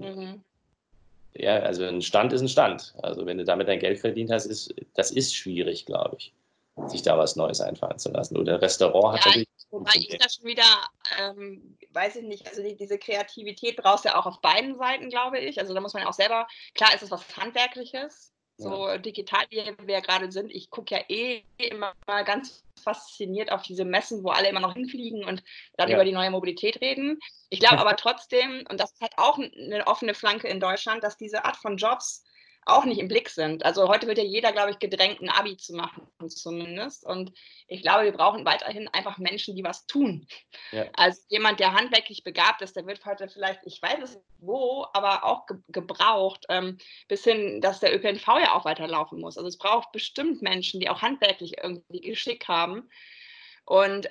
Ja, also ein Stand ist ein Stand. Also wenn du damit dein Geld verdient hast, das ist schwierig, glaube ich, sich da was Neues einfallen zu lassen. Oder ein Restaurant hat natürlich. Wobei ich da schon wieder, weiß ich nicht, also diese Kreativität brauchst du ja auch auf beiden Seiten, glaube ich. Also da muss man ja auch selber, klar ist es was Handwerkliches, so digital, wie wir gerade sind. Ich gucke ja immer mal ganz fasziniert auf diese Messen, wo alle immer noch hinfliegen und dann über die neue Mobilität reden. Ich glaube aber trotzdem, und das ist halt auch eine offene Flanke in Deutschland, dass diese Art von Jobs auch nicht im Blick sind. Also heute wird ja jeder, glaube ich, gedrängt, ein Abi zu machen zumindest. Und ich glaube, wir brauchen weiterhin einfach Menschen, die was tun. Ja. Also jemand, der handwerklich begabt ist, der wird heute vielleicht, ich weiß es wo, aber auch gebraucht, bis hin, dass der ÖPNV ja auch weiterlaufen muss. Also es braucht bestimmt Menschen, die auch handwerklich irgendwie Geschick haben. Und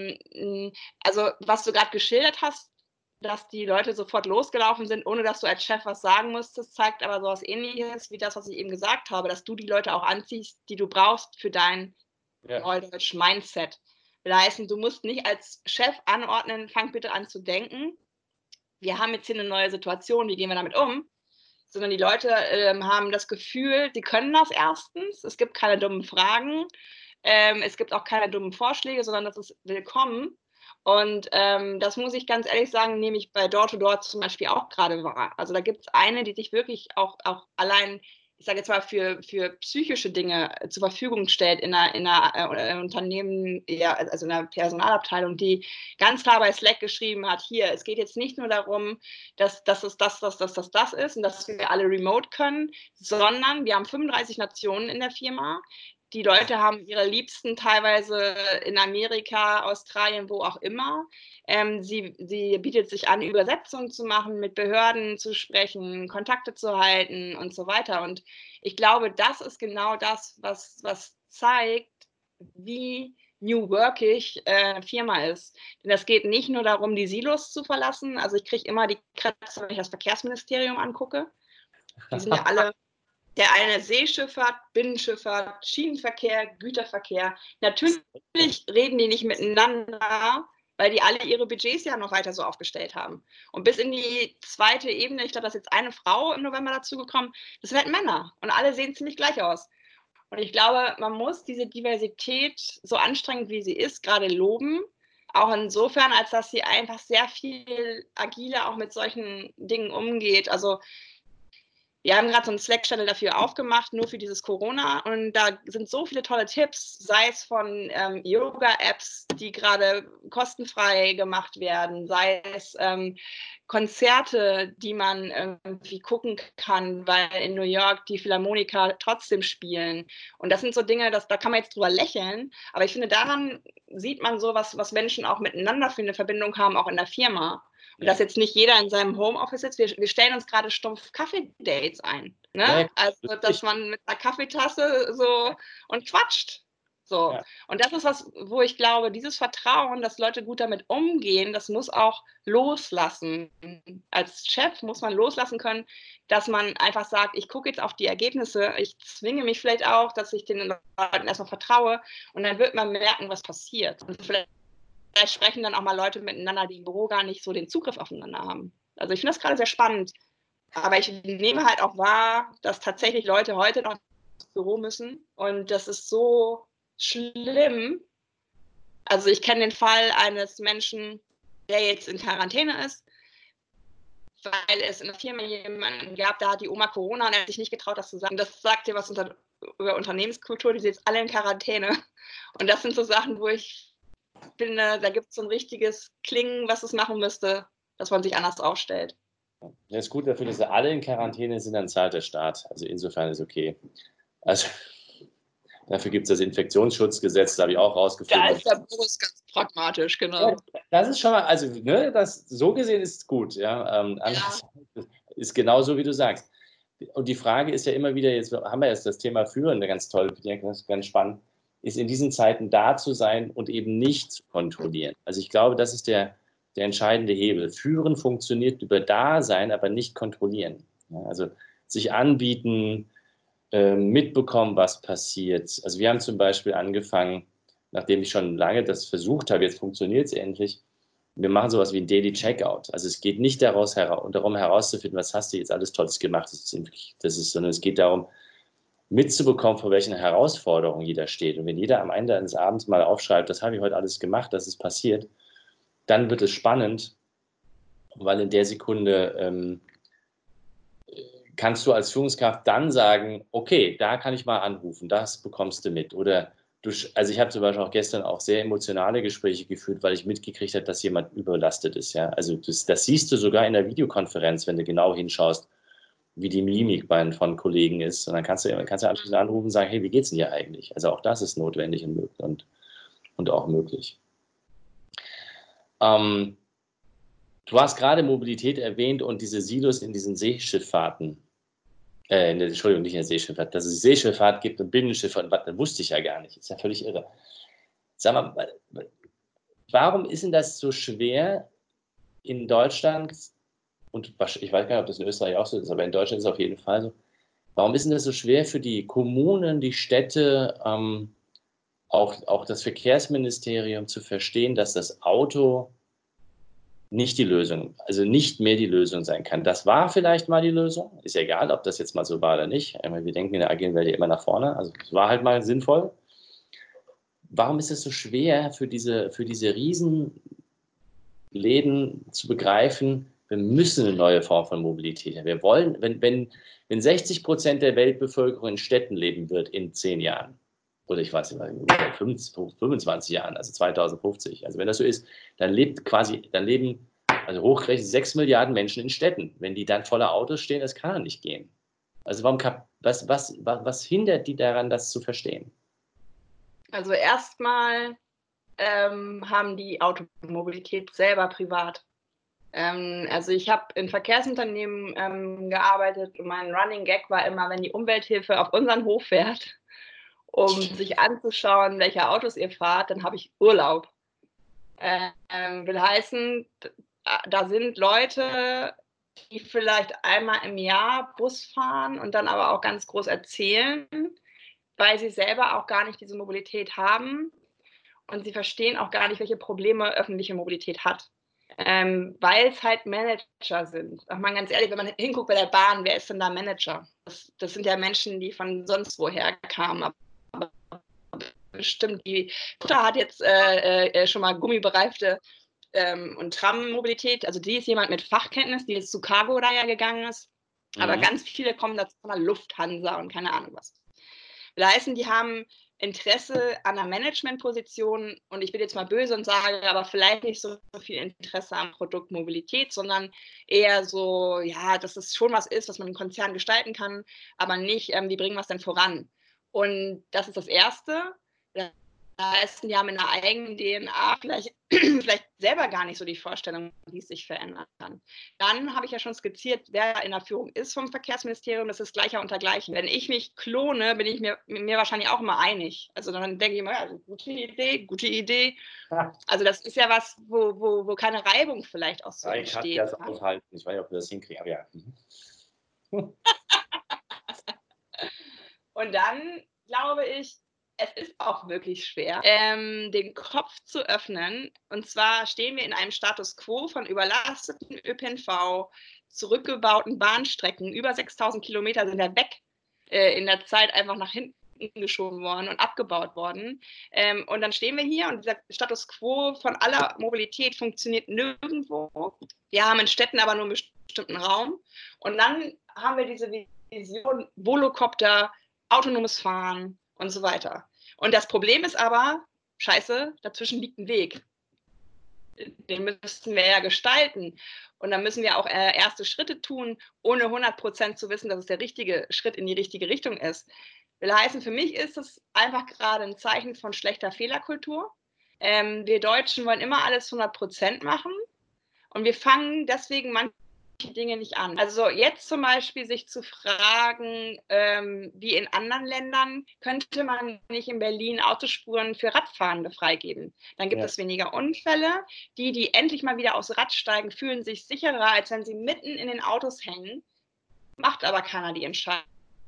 also was du gerade geschildert hast, dass die Leute sofort losgelaufen sind, ohne dass du als Chef was sagen musstest, zeigt aber sowas Ähnliches wie das, was ich eben gesagt habe, dass du die Leute auch anziehst, die du brauchst für dein neudeutsch Mindset. Will heißen, du musst nicht als Chef anordnen, fang bitte an zu denken, wir haben jetzt hier eine neue Situation, wie gehen wir damit um? Sondern die Leute haben das Gefühl, sie können das erstens, es gibt keine dummen Fragen, es gibt auch keine dummen Vorschläge, sondern das ist willkommen. Und das muss ich ganz ehrlich sagen, nehme ich bei Door-to-Door zum Beispiel auch gerade wahr. Also da gibt es eine, die sich wirklich auch allein, ich sage jetzt mal, für psychische Dinge zur Verfügung stellt in einer Unternehmen, ja, also in einer Personalabteilung, die ganz klar bei Slack geschrieben hat, hier, es geht jetzt nicht nur darum, dass es das ist und dass wir alle remote können, sondern wir haben 35 Nationen in der Firma. Die Leute haben ihre Liebsten teilweise in Amerika, Australien, wo auch immer. Sie bietet sich an, Übersetzungen zu machen, mit Behörden zu sprechen, Kontakte zu halten und so weiter. Und ich glaube, das ist genau das, was zeigt, wie New Workig eine Firma ist. Denn es geht nicht nur darum, die Silos zu verlassen. Also ich kriege immer die Kratze, wenn ich das Verkehrsministerium angucke. Die sind ja alle der eine Seeschifffahrt, Binnenschifffahrt, Schienenverkehr, Güterverkehr. Natürlich reden die nicht miteinander, weil die alle ihre Budgets ja noch weiter so aufgestellt haben. Und bis in die zweite Ebene, ich glaube, da ist jetzt eine Frau im November dazugekommen, das sind halt Männer und alle sehen ziemlich gleich aus. Und ich glaube, man muss diese Diversität, so anstrengend wie sie ist, gerade loben. Auch insofern, als dass sie einfach sehr viel agiler auch mit solchen Dingen umgeht. Also wir haben gerade so einen Slack-Channel dafür aufgemacht, nur für dieses Corona. Und da sind so viele tolle Tipps, sei es von Yoga-Apps, die gerade kostenfrei gemacht werden, sei es Konzerte, die man irgendwie gucken kann, weil in New York die Philharmoniker trotzdem spielen. Und das sind so Dinge, da kann man jetzt drüber lächeln. Aber ich finde, daran sieht man so, was Menschen auch miteinander für eine Verbindung haben, auch in der Firma. Und dass jetzt nicht jeder in seinem Homeoffice sitzt. Wir stellen uns gerade stumpf Kaffee-Dates ein. Ne? Ja, also, dass man mit einer Kaffeetasse so und quatscht. So. Ja. Und das ist was, wo ich glaube, dieses Vertrauen, dass Leute gut damit umgehen, das muss auch loslassen. Als Chef muss man loslassen können, dass man einfach sagt, ich gucke jetzt auf die Ergebnisse, ich zwinge mich vielleicht auch, dass ich den Leuten erstmal vertraue und dann wird man merken, was passiert. Und vielleicht sprechen dann auch mal Leute miteinander, die im Büro gar nicht so den Zugriff aufeinander haben. Also ich finde das gerade sehr spannend. Aber ich nehme halt auch wahr, dass tatsächlich Leute heute noch ins Büro müssen. Und das ist so schlimm. Also ich kenne den Fall eines Menschen, der jetzt in Quarantäne ist, weil es in der Firma jemanden gab, da hat die Oma Corona und er hat sich nicht getraut, das zu sagen. Das sagt dir was über Unternehmenskultur, die sind jetzt alle in Quarantäne. Und das sind so Sachen, wo ich finde, da gibt es so ein richtiges Klingen, was es machen müsste, dass man sich anders aufstellt. Ja, ist gut dafür, dass sie alle in Quarantäne sind, dann zahlt der Staat. Also insofern ist okay. Also dafür gibt es das Infektionsschutzgesetz, da habe ich auch rausgefunden. Da ist der Boris ganz pragmatisch, genau. Ja, das ist schon mal, also ne, das so gesehen ist es gut. Ja, ja. Ist genauso, wie du sagst. Und die Frage ist ja immer wieder, jetzt haben wir jetzt das Thema Führen, ganz toll, das ist ganz spannend, ist in diesen Zeiten da zu sein und eben nicht zu kontrollieren. Also ich glaube, das ist der entscheidende Hebel. Führen funktioniert über Dasein, aber nicht kontrollieren. Ja, also sich anbieten, mitbekommen, was passiert. Also wir haben zum Beispiel angefangen, nachdem ich schon lange das versucht habe, jetzt funktioniert es endlich, wir machen sowas wie ein Daily Checkout. Also es geht nicht darum herauszufinden, was hast du jetzt alles Tolles gemacht, sondern es geht darum, mitzubekommen, vor welchen Herausforderungen jeder steht. Und wenn jeder am Ende eines Abends mal aufschreibt, das habe ich heute alles gemacht, das ist passiert, dann wird es spannend, weil in der Sekunde kannst du als Führungskraft dann sagen, okay, da kann ich mal anrufen, das bekommst du mit. Oder also ich habe zum Beispiel auch gestern auch sehr emotionale Gespräche geführt, weil ich mitgekriegt habe, dass jemand überlastet ist. Ja? Also das siehst du sogar in der Videokonferenz, wenn du genau hinschaust, wie die Mimik von Kollegen ist. Und dann kannst du anschließend anrufen und sagen, hey, wie geht's denn dir eigentlich? Also auch das ist notwendig und auch möglich. Du hast gerade Mobilität erwähnt und diese Silos in diesen Seeschifffahrten. Entschuldigung, nicht in der Seeschifffahrt, dass es Seeschifffahrt gibt und Binnenschifffahrt, das wusste ich ja gar nicht. Ist ja völlig irre. Sag mal, warum ist denn das so schwer in Deutschland, und ich weiß gar nicht, ob das in Österreich auch so ist, aber in Deutschland ist es auf jeden Fall so, warum ist denn das so schwer für die Kommunen, die Städte, auch das Verkehrsministerium zu verstehen, dass das Auto nicht die Lösung, also nicht mehr die Lösung sein kann. Das war vielleicht mal die Lösung, ist ja egal, ob das jetzt mal so war oder nicht. Wir denken in der agilen Welt ja immer nach vorne, also es war halt mal sinnvoll. Warum ist es so schwer für diese Riesenläden zu begreifen, wir müssen eine neue Form von Mobilität haben. Wir wollen, wenn 60% der Weltbevölkerung in Städten leben wird in 10 Jahren, oder ich weiß nicht, 25 Jahren, also 2050, also wenn das so ist, dann leben also hochgerechnet 6 Milliarden Menschen in Städten. Wenn die dann voller Autos stehen, das kann ja nicht gehen. Also was hindert die daran, das zu verstehen? Also erstmal haben die Automobilität selber privat. Also ich habe in Verkehrsunternehmen gearbeitet und mein Running Gag war immer, wenn die Umwelthilfe auf unseren Hof fährt, um sich anzuschauen, welche Autos ihr fahrt, dann habe ich Urlaub. Will heißen, da sind Leute, die vielleicht einmal im Jahr Bus fahren und dann aber auch ganz groß erzählen, weil sie selber auch gar nicht diese Mobilität haben und sie verstehen auch gar nicht, welche Probleme öffentliche Mobilität hat. Weil es halt Manager sind. Auch mal ganz ehrlich, wenn man hinguckt bei der Bahn, wer ist denn da Manager? Das sind ja Menschen, die von sonst woher kamen. Aber bestimmt, die Mutter hat jetzt schon mal gummibereifte und Trammobilität. Also die ist jemand mit Fachkenntnis, die jetzt zu Cargo da ja gegangen ist. Aber ganz viele kommen dazu von der Lufthansa und keine Ahnung was. Will heißen, die haben Interesse an einer Managementposition und ich bin jetzt mal böse und sage, aber vielleicht nicht so viel Interesse am Produkt Mobilität, sondern eher so, ja, dass es schon was ist, was man im Konzern gestalten kann, aber nicht, wie bringen wir es denn voran? Und das ist das Erste. Die haben in der eigenen DNA vielleicht selber gar nicht so die Vorstellung, wie es sich verändern kann. Dann habe ich ja schon skizziert, wer in der Führung ist vom Verkehrsministerium, das ist Gleicher unter Gleichen. Wenn ich mich klone, bin ich mir wahrscheinlich auch immer einig. Also dann denke ich immer, ja, gute Idee. Also das ist ja was, wo keine Reibung vielleicht auch so entsteht. Ich kann das aushalten. Ich weiß nicht, ob wir das hinkriegen, aber ja. Und dann glaube ich, es ist auch wirklich schwer, den Kopf zu öffnen. Und zwar stehen wir in einem Status quo von überlasteten ÖPNV, zurückgebauten Bahnstrecken. Über 6000 Kilometer sind ja weg in der Zeit einfach nach hinten geschoben worden und abgebaut worden. Und dann stehen wir hier und dieser Status quo von aller Mobilität funktioniert nirgendwo. Wir haben in Städten aber nur einen bestimmten Raum. Und dann haben wir diese Vision, Volocopter, autonomes Fahren und so weiter. Und das Problem ist aber, scheiße, dazwischen liegt ein Weg. Den müssen wir ja gestalten. Und dann müssen wir auch erste Schritte tun, ohne 100% zu wissen, dass es der richtige Schritt in die richtige Richtung ist. Will heißen, für mich ist es einfach gerade ein Zeichen von schlechter Fehlerkultur. Wir Deutschen wollen immer alles 100% machen. Und wir fangen deswegen manchmal Dinge nicht an. Also jetzt zum Beispiel sich zu fragen, wie in anderen Ländern, könnte man nicht in Berlin Autospuren für Radfahrende freigeben? Dann gibt es weniger Unfälle. Die endlich mal wieder aufs Rad steigen, fühlen sich sicherer, als wenn sie mitten in den Autos hängen. Macht aber keiner die Entscheidung,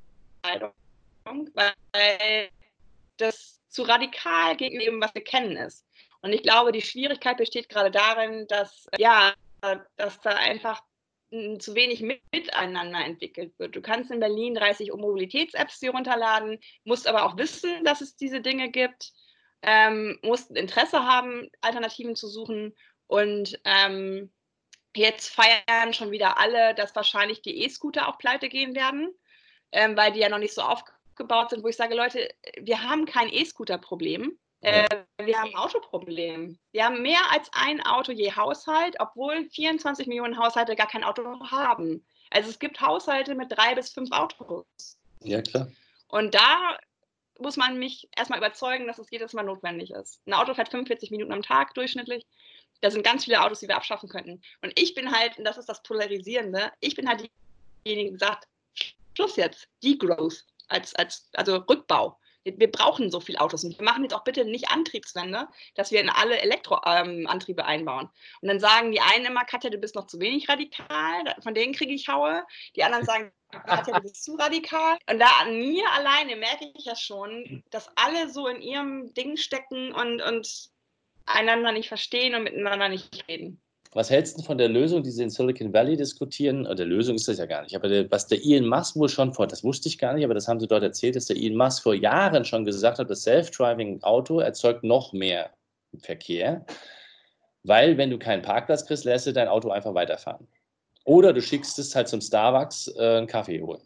weil das zu radikal gegenüber dem, was wir kennen, ist. Und ich glaube, die Schwierigkeit besteht gerade darin, dass da einfach zu wenig miteinander entwickelt wird. Du kannst in Berlin 30 Mobilitäts-Apps dir runterladen, musst aber auch wissen, dass es diese Dinge gibt, musst Interesse haben, Alternativen zu suchen. Und jetzt feiern schon wieder alle, dass wahrscheinlich die E-Scooter auch pleite gehen werden, weil die ja noch nicht so aufgebaut sind, wo ich sage, Leute, wir haben kein E-Scooter-Problem. Wir haben ein Autoproblem. Wir haben mehr als ein Auto je Haushalt, obwohl 24 Millionen Haushalte gar kein Auto haben. Also es gibt Haushalte mit 3 bis 5 Autos. Ja, klar. Und da muss man mich erstmal überzeugen, dass es jedes Mal notwendig ist. Ein Auto fährt 45 Minuten am Tag durchschnittlich. Da sind ganz viele Autos, die wir abschaffen könnten. Und ich bin halt, und das ist das Polarisierende, ich bin halt diejenige, die sagt, Schluss jetzt, Degrowth, also Rückbau. Wir brauchen so viele Autos und wir machen jetzt auch bitte nicht Antriebswende, dass wir in alle Elektroantriebe einbauen. Und dann sagen die einen immer, Katja, du bist noch zu wenig radikal, von denen kriege ich Haue. Die anderen sagen, Katja, du bist zu radikal. Und da an mir alleine merke ich ja schon, dass alle so in ihrem Ding stecken und einander nicht verstehen und miteinander nicht reden. Was hältst du von der Lösung, die sie in Silicon Valley diskutieren? Oder Lösung ist das ja gar nicht. Aber was der Elon Musk wohl schon das wusste ich gar nicht, aber das haben sie dort erzählt, dass der Elon Musk vor Jahren schon gesagt hat, das Self-Driving-Auto erzeugt noch mehr Verkehr, weil wenn du keinen Parkplatz kriegst, lässt du dein Auto einfach weiterfahren. Oder du schickst es halt zum Starbucks einen Kaffee holen.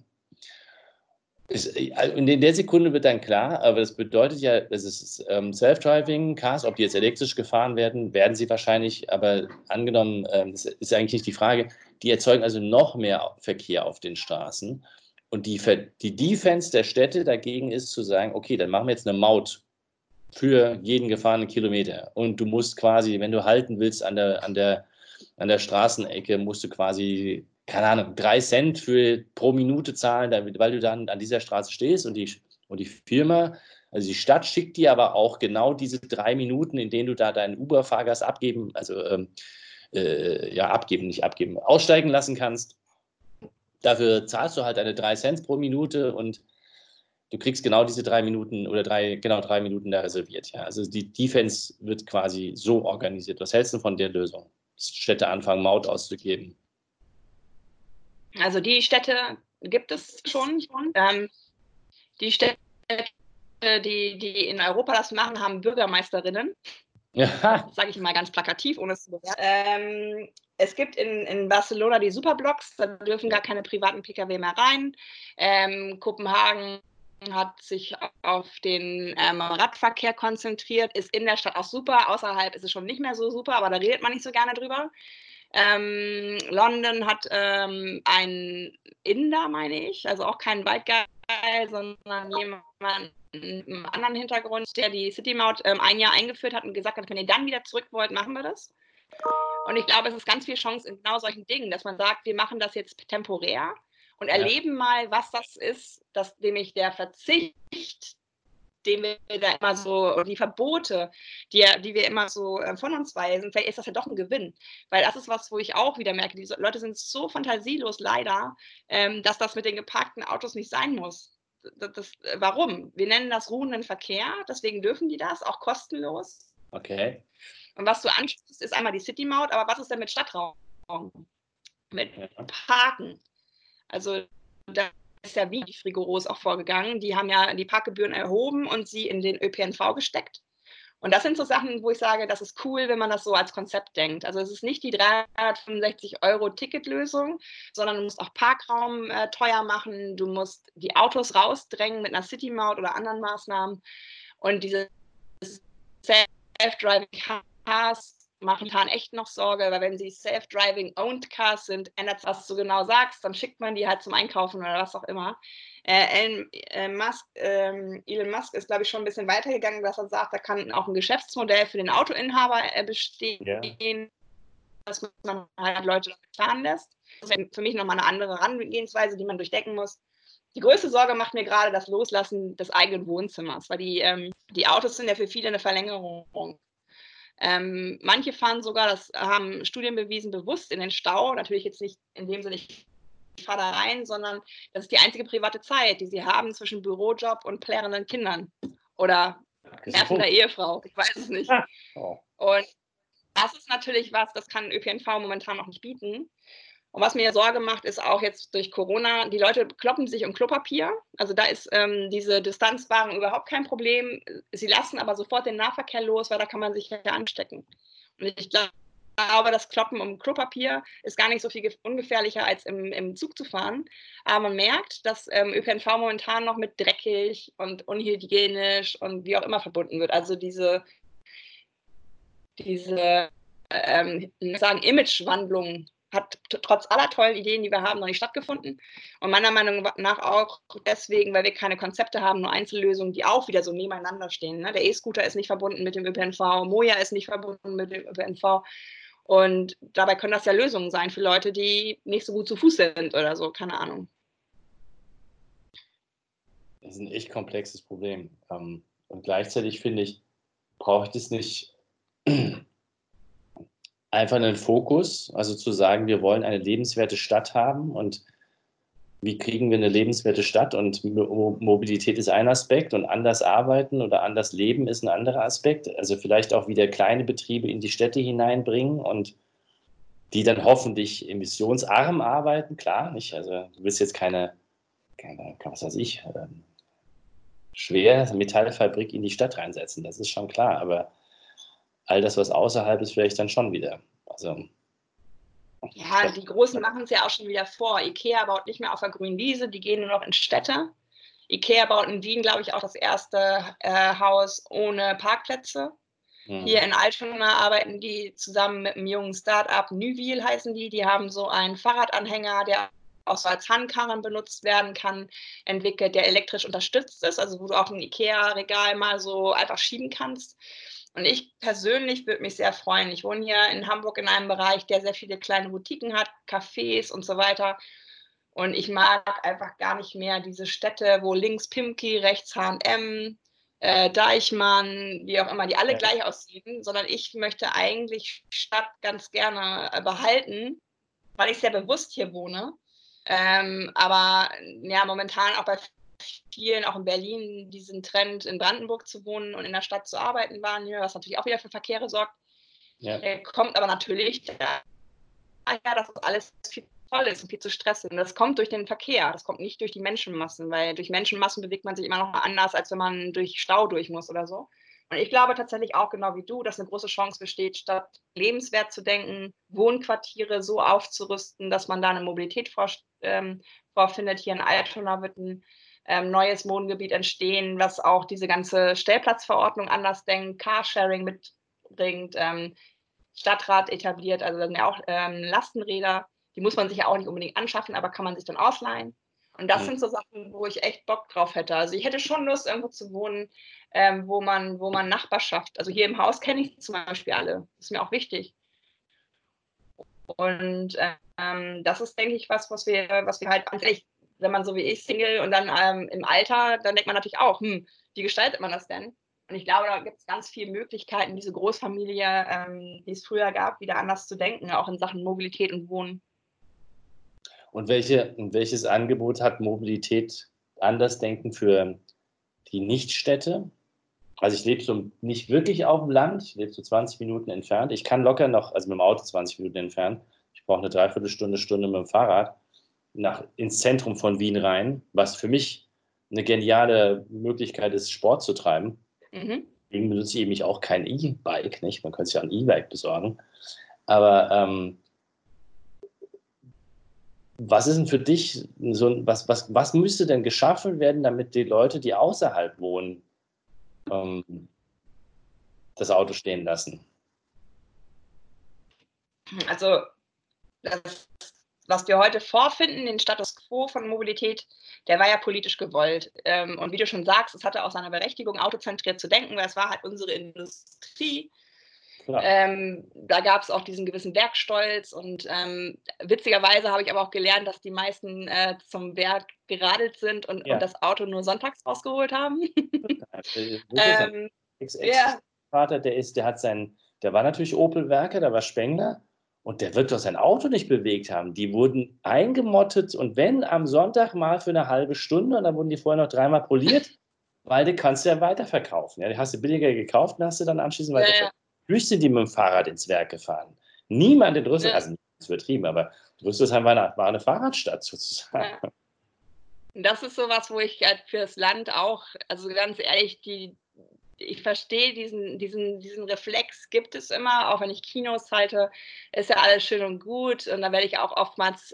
Und in der Sekunde wird dann klar, aber das bedeutet ja, das ist Self-Driving Cars, ob die jetzt elektrisch gefahren werden, werden sie wahrscheinlich, aber angenommen, das ist eigentlich nicht die Frage, die erzeugen also noch mehr Verkehr auf den Straßen. Und die Defense der Städte dagegen ist zu sagen, okay, dann machen wir jetzt eine Maut für jeden gefahrenen Kilometer. Und du musst quasi, wenn du halten willst an der Straßenecke, musst du quasi, keine Ahnung, 3 Cent pro Minute zahlen, weil du dann an dieser Straße stehst und die Firma, also die Stadt schickt dir aber auch genau diese 3 Minuten, in denen du da deinen Uber-Fahrgast aussteigen lassen kannst. Dafür zahlst du halt deine 3 Cent pro Minute und du kriegst genau diese 3 Minuten oder 3 Minuten da reserviert. Ja. Also die Defense wird quasi so organisiert. Was hältst du von der Lösung? Städte anfangen, Maut auszugeben. Also die Städte gibt es schon. Die Städte, die in Europa das machen, haben Bürgermeisterinnen. Ja. Das sage ich mal ganz plakativ, ohne es zu bewerten. Es gibt in Barcelona die Superblocks, da dürfen gar keine privaten Pkw mehr rein. Kopenhagen hat sich auf den Radverkehr konzentriert, ist in der Stadt auch super, außerhalb ist es schon nicht mehr so super, aber da redet man nicht so gerne drüber. London hat einen Inder, meine ich, also auch keinen White Guy, sondern jemanden mit einem anderen Hintergrund, der die City Maut ein Jahr eingeführt hat und gesagt hat, wenn ihr dann wieder zurück wollt, machen wir das. Und ich glaube, es ist ganz viel Chance in genau solchen Dingen, dass man sagt, wir machen das jetzt temporär und erleben mal, was das ist, dass nämlich der Verzicht, den wir da immer so, die Verbote, die wir immer so von uns weisen, vielleicht ist das ja doch ein Gewinn. Weil das ist was, wo ich auch wieder merke, die Leute sind so fantasielos leider, dass das mit den geparkten Autos nicht sein muss. Warum? Wir nennen das ruhenden Verkehr, deswegen dürfen die das, auch kostenlos. Okay. Und was du ansprichst, ist einmal die City-Maut, aber was ist denn mit Stadtraum? Mit Parken? Also da ist ja wie rigoros auch vorgegangen. Die haben ja die Parkgebühren erhoben und sie in den ÖPNV gesteckt. Und das sind so Sachen, wo ich sage, das ist cool, wenn man das so als Konzept denkt. Also es ist nicht die 365 € Ticketlösung, sondern du musst auch Parkraum teuer machen, du musst die Autos rausdrängen mit einer City-Maut oder anderen Maßnahmen. Und diese Self-Driving Cars machen momentan echt noch Sorge, weil wenn sie Self-Driving-Owned Cars sind, ändert es, was du genau sagst, dann schickt man die halt zum Einkaufen oder was auch immer. Elon Musk ist, glaube ich, schon ein bisschen weitergegangen, dass er sagt, da kann auch ein Geschäftsmodell für den Autoinhaber bestehen. Ja. dass man halt Leute fahren lässt. Das ist für mich nochmal eine andere Herangehensweise, die man durchdenken muss. Die größte Sorge macht mir gerade das Loslassen des eigenen Wohnzimmers, weil die Autos sind ja für viele eine Verlängerung. Manche fahren sogar, das haben Studien bewiesen, bewusst in den Stau. Natürlich jetzt nicht in dem Sinne, ich fahre da rein, sondern das ist die einzige private Zeit, die sie haben zwischen Bürojob und plärrenden Kindern oder nervender Ehefrau. Ich weiß es nicht. Und das ist natürlich was, das kann ÖPNV momentan noch nicht bieten. Und was mir Sorge macht, ist auch jetzt durch Corona, die Leute kloppen sich um Klopapier. Also da ist diese Distanzwahrung überhaupt kein Problem. Sie lassen aber sofort den Nahverkehr los, weil da kann man sich ja anstecken. Und ich glaube, das Kloppen um Klopapier ist gar nicht so viel ungefährlicher, als im Zug zu fahren. Aber man merkt, dass ÖPNV momentan noch mit dreckig und unhygienisch und wie auch immer verbunden wird. Also diese Imagewandlung hat trotz aller tollen Ideen, die wir haben, noch nicht stattgefunden. Und meiner Meinung nach auch deswegen, weil wir keine Konzepte haben, nur Einzellösungen, die auch wieder so nebeneinander stehen. Ne? Der E-Scooter ist nicht verbunden mit dem ÖPNV, Moja ist nicht verbunden mit dem ÖPNV. Und dabei können das ja Lösungen sein für Leute, die nicht so gut zu Fuß sind oder so, keine Ahnung. Das ist ein echt komplexes Problem. Und gleichzeitig finde ich, braucht es nicht einfach einen Fokus, also zu sagen, wir wollen eine lebenswerte Stadt haben und wie kriegen wir eine lebenswerte Stadt, und Mobilität ist ein Aspekt und anders arbeiten oder anders leben ist ein anderer Aspekt. Also vielleicht auch wieder kleine Betriebe in die Städte hineinbringen und die dann hoffentlich emissionsarm arbeiten, klar, nicht? Also du willst jetzt keine was weiß ich, schwer Metallfabrik in die Stadt reinsetzen, das ist schon klar, aber all das, was außerhalb ist, vielleicht dann schon wieder. Also, ja, die Großen machen es ja auch schon wieder vor. Ikea baut nicht mehr auf der grünen Wiese, die gehen nur noch in Städte. Ikea baut in Wien, glaube ich, auch das erste Haus ohne Parkplätze. Hier in Altona arbeiten die zusammen mit einem jungen Start-up, Nüwil heißen die. Die haben so einen Fahrradanhänger, der auch so als Handkarren benutzt werden kann, entwickelt, der elektrisch unterstützt ist, also wo du auch ein Ikea-Regal mal so einfach schieben kannst. Und ich persönlich würde mich sehr freuen. Ich wohne hier in Hamburg in einem Bereich, der sehr viele kleine Boutiquen hat, Cafés und so weiter. Und ich mag einfach gar nicht mehr diese Städte, wo links Pimki, rechts H&M, Deichmann, wie auch immer, die alle gleich aussehen, sondern ich möchte eigentlich Stadt ganz gerne behalten, weil ich sehr bewusst hier wohne. Aber ja, momentan auch bei vielen, auch in Berlin, diesen Trend in Brandenburg zu wohnen und in der Stadt zu arbeiten waren hier, was natürlich auch wieder für Verkehre sorgt. Ja. Kommt aber natürlich daher, dass das alles viel voll ist und viel zu stressig. Und das kommt durch den Verkehr, das kommt nicht durch die Menschenmassen, weil durch Menschenmassen bewegt man sich immer noch anders, als wenn man durch Stau durch muss oder so. Und ich glaube tatsächlich auch genau wie du, dass eine große Chance besteht, statt lebenswert zu denken, Wohnquartiere so aufzurüsten, dass man da eine Mobilität vorfindet. Hier in Altona wird ein neues Wohngebiet entstehen, was auch diese ganze Stellplatzverordnung anders denkt, Carsharing mitbringt, Stadtrat etabliert, also das sind ja auch Lastenräder, die muss man sich ja auch nicht unbedingt anschaffen, aber kann man sich dann ausleihen. Und das sind so Sachen, wo ich echt Bock drauf hätte. Also ich hätte schon Lust, irgendwo zu wohnen, wo man Nachbarschaft, also hier im Haus kenne ich zum Beispiel alle. Das ist mir auch wichtig. Und das ist, denke ich, was wir halt echt, wenn man so wie ich Single und dann im Alter, dann denkt man natürlich auch, wie gestaltet man das denn? Und ich glaube, da gibt es ganz viele Möglichkeiten, diese Großfamilie, die es früher gab, wieder anders zu denken, auch in Sachen Mobilität und Wohnen. Und welches Angebot hat Mobilität Andersdenken für die Nichtstädte? Also ich lebe so nicht wirklich auf dem Land, ich lebe so 20 Minuten entfernt. Ich kann locker noch, also mit dem Auto 20 Minuten entfernt. Ich brauche eine Dreiviertelstunde mit dem Fahrrad ins Zentrum von Wien rein, was für mich eine geniale Möglichkeit ist, Sport zu treiben. Deswegen benutze ich eben auch kein E-Bike, nicht? Man könnte sich ja ein E-Bike besorgen. Aber was ist denn für dich was müsste denn geschaffen werden, damit die Leute, die außerhalb wohnen, das Auto stehen lassen? Also das, was wir heute vorfinden, den Status quo von Mobilität, der war ja politisch gewollt. Und wie du schon sagst, es hatte auch seine Berechtigung, autozentriert zu denken, weil es war halt unsere Industrie, Da gab es auch diesen gewissen Werkstolz und witzigerweise habe ich aber auch gelernt, dass die meisten zum Werk geradelt sind und das Auto nur sonntags rausgeholt haben. Ex-Vater, der war natürlich Opel-Werker, da war Spengler und der wird doch sein Auto nicht bewegt haben. Die wurden eingemottet und wenn am Sonntag mal für eine halbe Stunde und dann wurden die vorher noch 3-mal poliert, weil du kannst ja weiterverkaufen. Ja, die hast du billiger gekauft und hast du dann anschließend weiterverkauft. Natürlich sind die mit dem Fahrrad ins Werk gefahren. Niemand in Rüsselsheim, also nicht übertrieben, aber Rüsselsheim war eine Fahrradstadt sozusagen. Ja. Und das ist sowas, wo ich halt fürs Land auch, also ganz ehrlich, ich verstehe diesen Reflex gibt es immer, auch wenn ich Kinos halte, ist ja alles schön und gut und da werde ich auch oftmals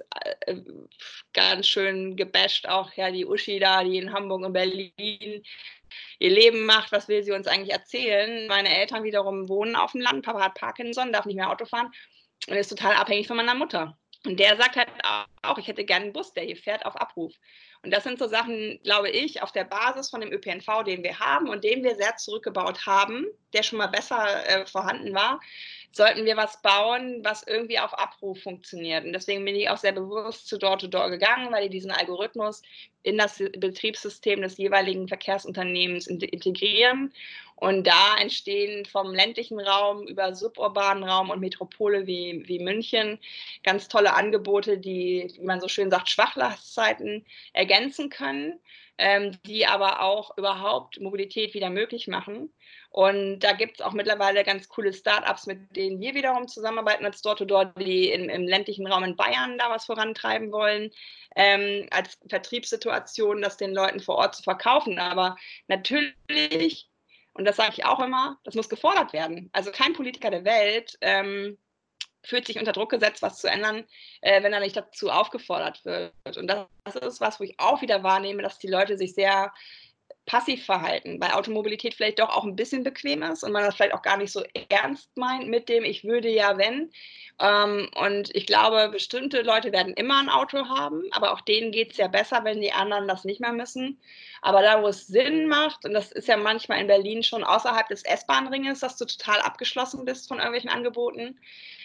ganz schön gebasht, auch ja die Uschi da, die in Hamburg und Berlin ihr Leben macht, was will sie uns eigentlich erzählen? Meine Eltern wiederum wohnen auf dem Land, Papa hat Parkinson, darf nicht mehr Auto fahren und ist total abhängig von meiner Mutter. Und der sagt halt auch, ich hätte gerne einen Bus, der hier fährt auf Abruf. Und das sind so Sachen, glaube ich, auf der Basis von dem ÖPNV, den wir haben und den wir sehr zurückgebaut haben, der schon mal besser vorhanden war, sollten wir was bauen, was irgendwie auf Abruf funktioniert. Und deswegen bin ich auch sehr bewusst zu Door-to-Door gegangen, weil die diesen Algorithmus in das Betriebssystem des jeweiligen Verkehrsunternehmens integrieren. Und da entstehen vom ländlichen Raum über suburbanen Raum und Metropole wie München ganz tolle Angebote, die, wie man so schön sagt, Schwachlastzeiten ergänzen können, die aber auch überhaupt Mobilität wieder möglich machen. Und da gibt es auch mittlerweile ganz coole Startups, mit denen wir wiederum zusammenarbeiten als Door-to-Door, die im ländlichen Raum in Bayern da was vorantreiben wollen, als Vertriebssituation, das den Leuten vor Ort zu verkaufen. Aber natürlich, und das sage ich auch immer, das muss gefordert werden. Also kein Politiker der Welt fühlt sich unter Druck gesetzt, was zu ändern, wenn er nicht dazu aufgefordert wird. Und das ist was, wo ich auch wieder wahrnehme, dass die Leute sich sehr passiv verhalten, weil Automobilität vielleicht doch auch ein bisschen bequem ist und man das vielleicht auch gar nicht so ernst meint mit dem ich würde ja, wenn. Und ich glaube, bestimmte Leute werden immer ein Auto haben, aber auch denen geht es ja besser, wenn die anderen das nicht mehr müssen. Aber da, wo es Sinn macht, und das ist ja manchmal in Berlin schon außerhalb des S-Bahn-Ringes, dass du total abgeschlossen bist von irgendwelchen Angeboten,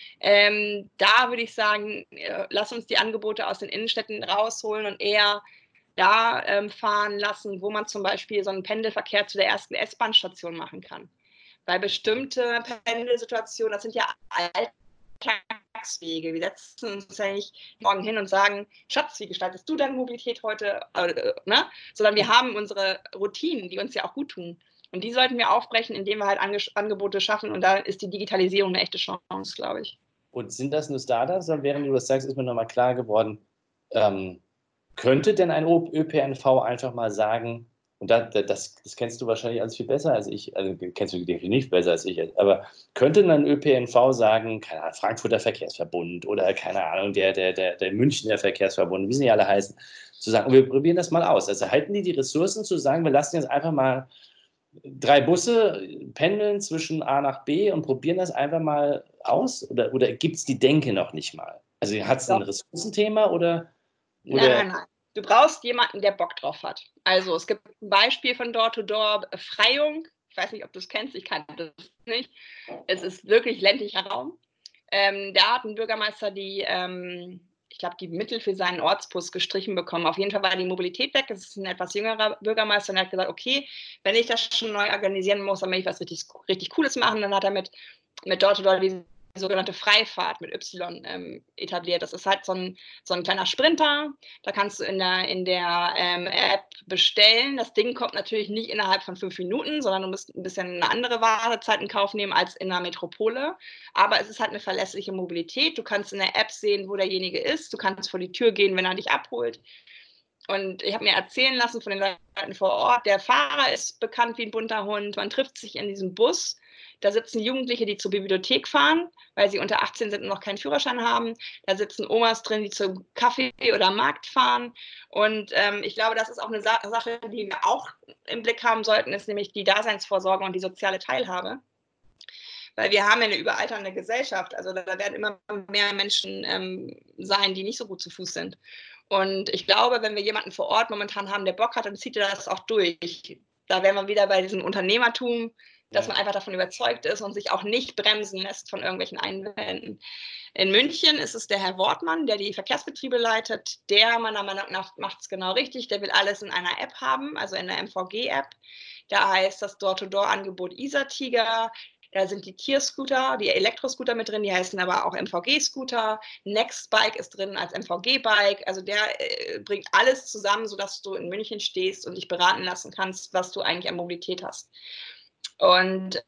da würde ich sagen, lass uns die Angebote aus den Innenstädten rausholen und eher da fahren lassen, wo man zum Beispiel so einen Pendelverkehr zu der ersten S-Bahn-Station machen kann. Weil bestimmte Pendelsituationen, das sind ja Alltagswege. Wir setzen uns ja nicht morgen hin und sagen, Schatz, wie gestaltest du deine Mobilität heute? Ne? Sondern wir haben unsere Routinen, die uns ja auch gut tun. Und die sollten wir aufbrechen, indem wir halt Angebote schaffen. Und da ist die Digitalisierung eine echte Chance, glaube ich. Und sind das nur Startups? Während du das sagst, ist mir nochmal klar geworden, könnte denn ein ÖPNV einfach mal sagen, und das kennst du wahrscheinlich alles viel besser als ich, also kennst du definitiv besser als ich, aber könnte ein ÖPNV sagen, keine Ahnung, Frankfurter Verkehrsverbund oder keine Ahnung, der Münchner Verkehrsverbund, wie sie alle heißen, zu sagen, wir probieren das mal aus. Also halten die Ressourcen zu sagen, wir lassen jetzt einfach mal 3 Busse pendeln zwischen A nach B und probieren das einfach mal aus? Oder gibt es die Denke noch nicht mal? Also hat es ein Ressourcenthema oder? Nein. Du brauchst jemanden, der Bock drauf hat. Also es gibt ein Beispiel von Door-to-Door Befreiung. Ich weiß nicht, ob du es kennst, ich kann das nicht. Es ist wirklich ländlicher Raum. Da hat ein Bürgermeister ich glaube, die Mittel für seinen Ortsbus gestrichen bekommen. Auf jeden Fall war die Mobilität weg. Das ist ein etwas jüngerer Bürgermeister und er hat gesagt, okay, wenn ich das schon neu organisieren muss, dann will ich was richtig Cooles machen. Dann hat er mit Door-to-Door die sogenannte Freifahrt mit Y etabliert. Das ist halt so ein kleiner Sprinter. Da kannst du in der App bestellen. Das Ding kommt natürlich nicht innerhalb von 5 Minuten, sondern du musst ein bisschen eine andere Wartezeit in Kauf nehmen als in einer Metropole. Aber es ist halt eine verlässliche Mobilität. Du kannst in der App sehen, wo derjenige ist. Du kannst vor die Tür gehen, wenn er dich abholt. Und ich habe mir erzählen lassen von den Leuten vor Ort, der Fahrer ist bekannt wie ein bunter Hund. Man trifft sich in diesem Bus. Da sitzen Jugendliche, die zur Bibliothek fahren, weil sie unter 18 sind und noch keinen Führerschein haben. Da sitzen Omas drin, die zum Kaffee oder Markt fahren. Und ich glaube, das ist auch eine Sache, die wir auch im Blick haben sollten, ist nämlich die Daseinsvorsorge und die soziale Teilhabe. Weil wir haben ja eine überalternde Gesellschaft. Also da werden immer mehr Menschen sein, die nicht so gut zu Fuß sind. Und ich glaube, wenn wir jemanden vor Ort momentan haben, der Bock hat, dann zieht er das auch durch. Da wären wir wieder bei diesem Unternehmertum. dass man einfach davon überzeugt ist und sich auch nicht bremsen lässt von irgendwelchen Einwänden. In München ist es der Herr Wortmann, der die Verkehrsbetriebe leitet. Der, meiner Meinung nach, macht es genau richtig. Der will alles in einer App haben, also in der MVG-App. Da heißt das Door-to-Door-Angebot Isar-Tiger. Da sind die Tierscooter, die Elektroscooter mit drin, die heißen aber auch MVG-Scooter. Nextbike ist drin als MVG-Bike. Also der bringt alles zusammen, sodass du in München stehst und dich beraten lassen kannst, was du eigentlich an Mobilität hast. Und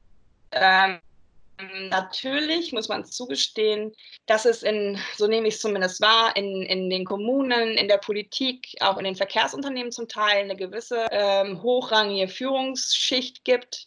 natürlich muss man zugestehen, dass es so nehme ich es zumindest wahr, in den Kommunen, in der Politik, auch in den Verkehrsunternehmen zum Teil eine gewisse hochrangige Führungsschicht gibt,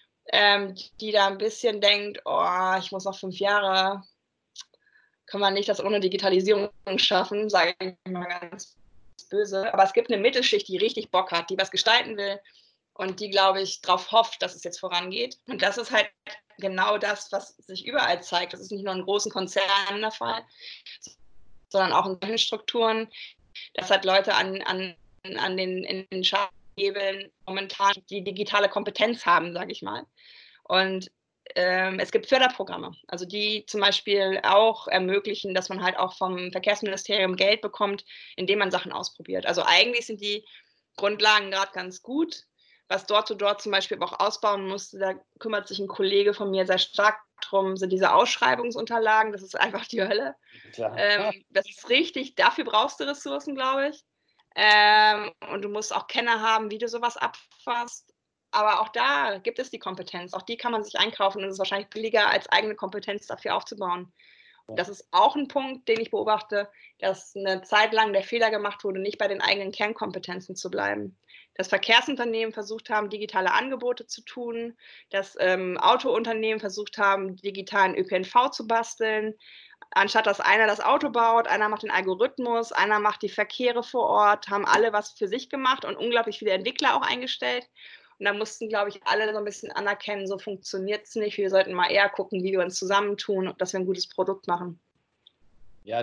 die da ein bisschen denkt, oh, ich muss noch 5 Jahre, kann man nicht das ohne Digitalisierung schaffen, sage ich mal ganz böse. Aber es gibt eine Mittelschicht, die richtig Bock hat, die was gestalten will und die, glaube ich, darauf hofft, dass es jetzt vorangeht. Und das ist halt genau das, was sich überall zeigt. Das ist nicht nur in großen Konzernen der Fall, sondern auch in solchen Strukturen, dass halt Leute in den Schalthebeln momentan die digitale Kompetenz haben, sage ich mal. Und es gibt Förderprogramme, also die zum Beispiel auch ermöglichen, dass man halt auch vom Verkehrsministerium Geld bekommt, indem man Sachen ausprobiert. Also eigentlich sind die Grundlagen gerade ganz gut. Was Door-to-Door zum Beispiel aber auch ausbauen musste, da kümmert sich ein Kollege von mir sehr stark drum, sind diese Ausschreibungsunterlagen. Das ist einfach die Hölle. Das ist richtig, dafür brauchst du Ressourcen, glaube ich. Und du musst auch Kenner haben, wie du sowas abfasst. Aber auch da gibt es die Kompetenz. Auch die kann man sich einkaufen und es ist wahrscheinlich billiger, als eigene Kompetenz dafür aufzubauen. Das ist auch ein Punkt, den ich beobachte, dass eine Zeit lang der Fehler gemacht wurde, nicht bei den eigenen Kernkompetenzen zu bleiben. Dass Verkehrsunternehmen versucht haben, digitale Angebote zu tun, dass Autounternehmen versucht haben, digitalen ÖPNV zu basteln, anstatt dass einer das Auto baut, einer macht den Algorithmus, einer macht die Verkehre vor Ort, haben alle was für sich gemacht und unglaublich viele Entwickler auch eingestellt. Und da mussten, glaube ich, alle so ein bisschen anerkennen, so funktioniert es nicht. Wir sollten mal eher gucken, wie wir uns zusammentun und dass wir ein gutes Produkt machen. Ja,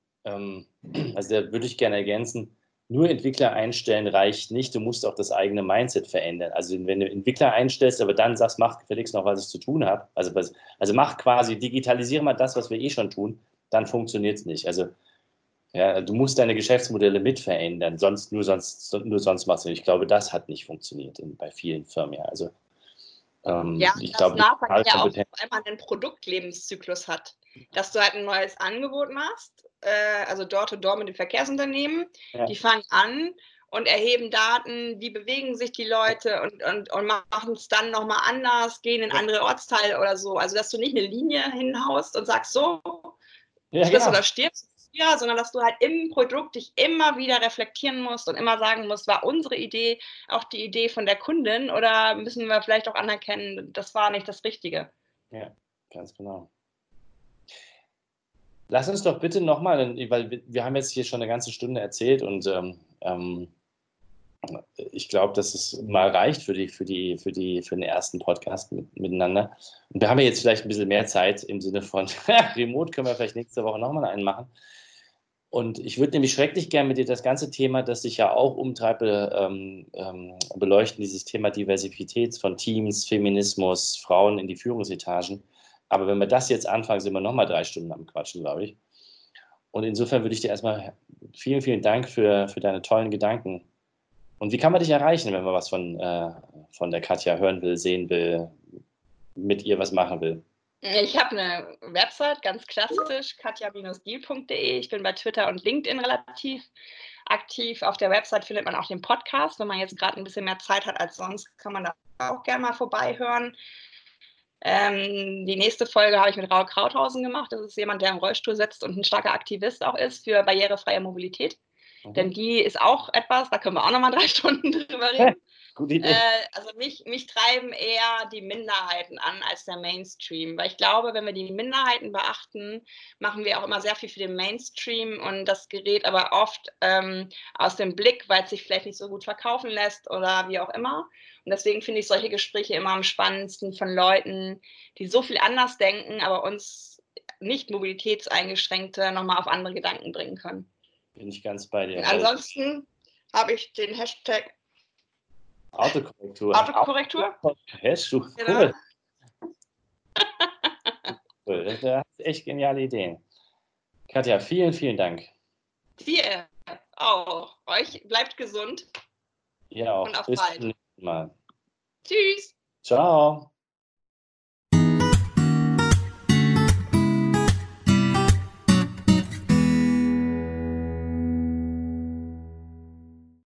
also da würde ich gerne ergänzen, nur Entwickler einstellen reicht nicht, du musst auch das eigene Mindset verändern. Also wenn du Entwickler einstellst, aber dann sagst, mach gefälligst noch, was ich zu tun habe, also mach quasi, digitalisiere mal das, was wir eh schon tun, dann funktioniert es nicht. Also ja, du musst deine Geschäftsmodelle mit verändern, sonst machst du nicht. Ich glaube, das hat nicht funktioniert bei vielen Firmen. Ja. Also ich glaube, Nachfrage ja auch einmal einen Produktlebenszyklus hat. Dass du halt ein neues Angebot machst, also Door-to-Door mit den Verkehrsunternehmen, die fangen an und erheben Daten, wie bewegen sich die Leute und machen es dann nochmal anders, gehen in andere Ortsteile oder so. Also dass du nicht eine Linie hinhaust und sagst, so, friss oder stirbst, ja, sondern dass du halt im Produkt dich immer wieder reflektieren musst und immer sagen musst, war unsere Idee auch die Idee von der Kundin oder müssen wir vielleicht auch anerkennen, das war nicht das Richtige. Ja, ganz genau. Lass uns doch bitte nochmal, weil wir haben jetzt hier schon eine ganze Stunde erzählt und ich glaube, dass es mal reicht für den ersten Podcast miteinander. Und wir haben ja jetzt vielleicht ein bisschen mehr Zeit im Sinne von Remote, können wir vielleicht nächste Woche nochmal einen machen. Und ich würde nämlich schrecklich gerne mit dir das ganze Thema, das dich ja auch umtreibt, beleuchten, dieses Thema Diversität von Teams, Feminismus, Frauen in die Führungsetagen. Aber wenn wir das jetzt anfangen, sind wir nochmal 3 Stunden am Quatschen, glaube ich. Und insofern würde ich dir erstmal vielen, vielen Dank für deine tollen Gedanken. Und wie kann man dich erreichen, wenn man was von der Katja hören will, sehen will, mit ihr was machen will? Ich habe eine Website, ganz klassisch, katja-deal.de. Ich bin bei Twitter und LinkedIn relativ aktiv. Auf der Website findet man auch den Podcast. Wenn man jetzt gerade ein bisschen mehr Zeit hat als sonst, kann man da auch gerne mal vorbeihören. Die nächste Folge habe ich mit Raul Krauthausen gemacht. Das ist jemand, der im Rollstuhl sitzt und ein starker Aktivist auch ist für barrierefreie Mobilität. Denn die ist auch etwas, da können wir auch nochmal 3 Stunden drüber reden. Gute Idee. Also mich treiben eher die Minderheiten an als der Mainstream, weil ich glaube, wenn wir die Minderheiten beachten, machen wir auch immer sehr viel für den Mainstream und das gerät aber oft aus dem Blick, weil es sich vielleicht nicht so gut verkaufen lässt oder wie auch immer. Und deswegen finde ich solche Gespräche immer am spannendsten von Leuten, die so viel anders denken, aber uns nicht Mobilitätseingeschränkte nochmal auf andere Gedanken bringen können. Bin ich ganz bei dir. Und ansonsten habe ich den Hashtag Autokorrektur. Autokorrektur? Hessstuhl. Genau. Cool. Cool. Das ist echt geniale Ideen. Katja, vielen, vielen Dank. Dir auch. Euch bleibt gesund. Ihr auch. Und auf Bis bald. zum nächsten Mal. Tschüss. Ciao.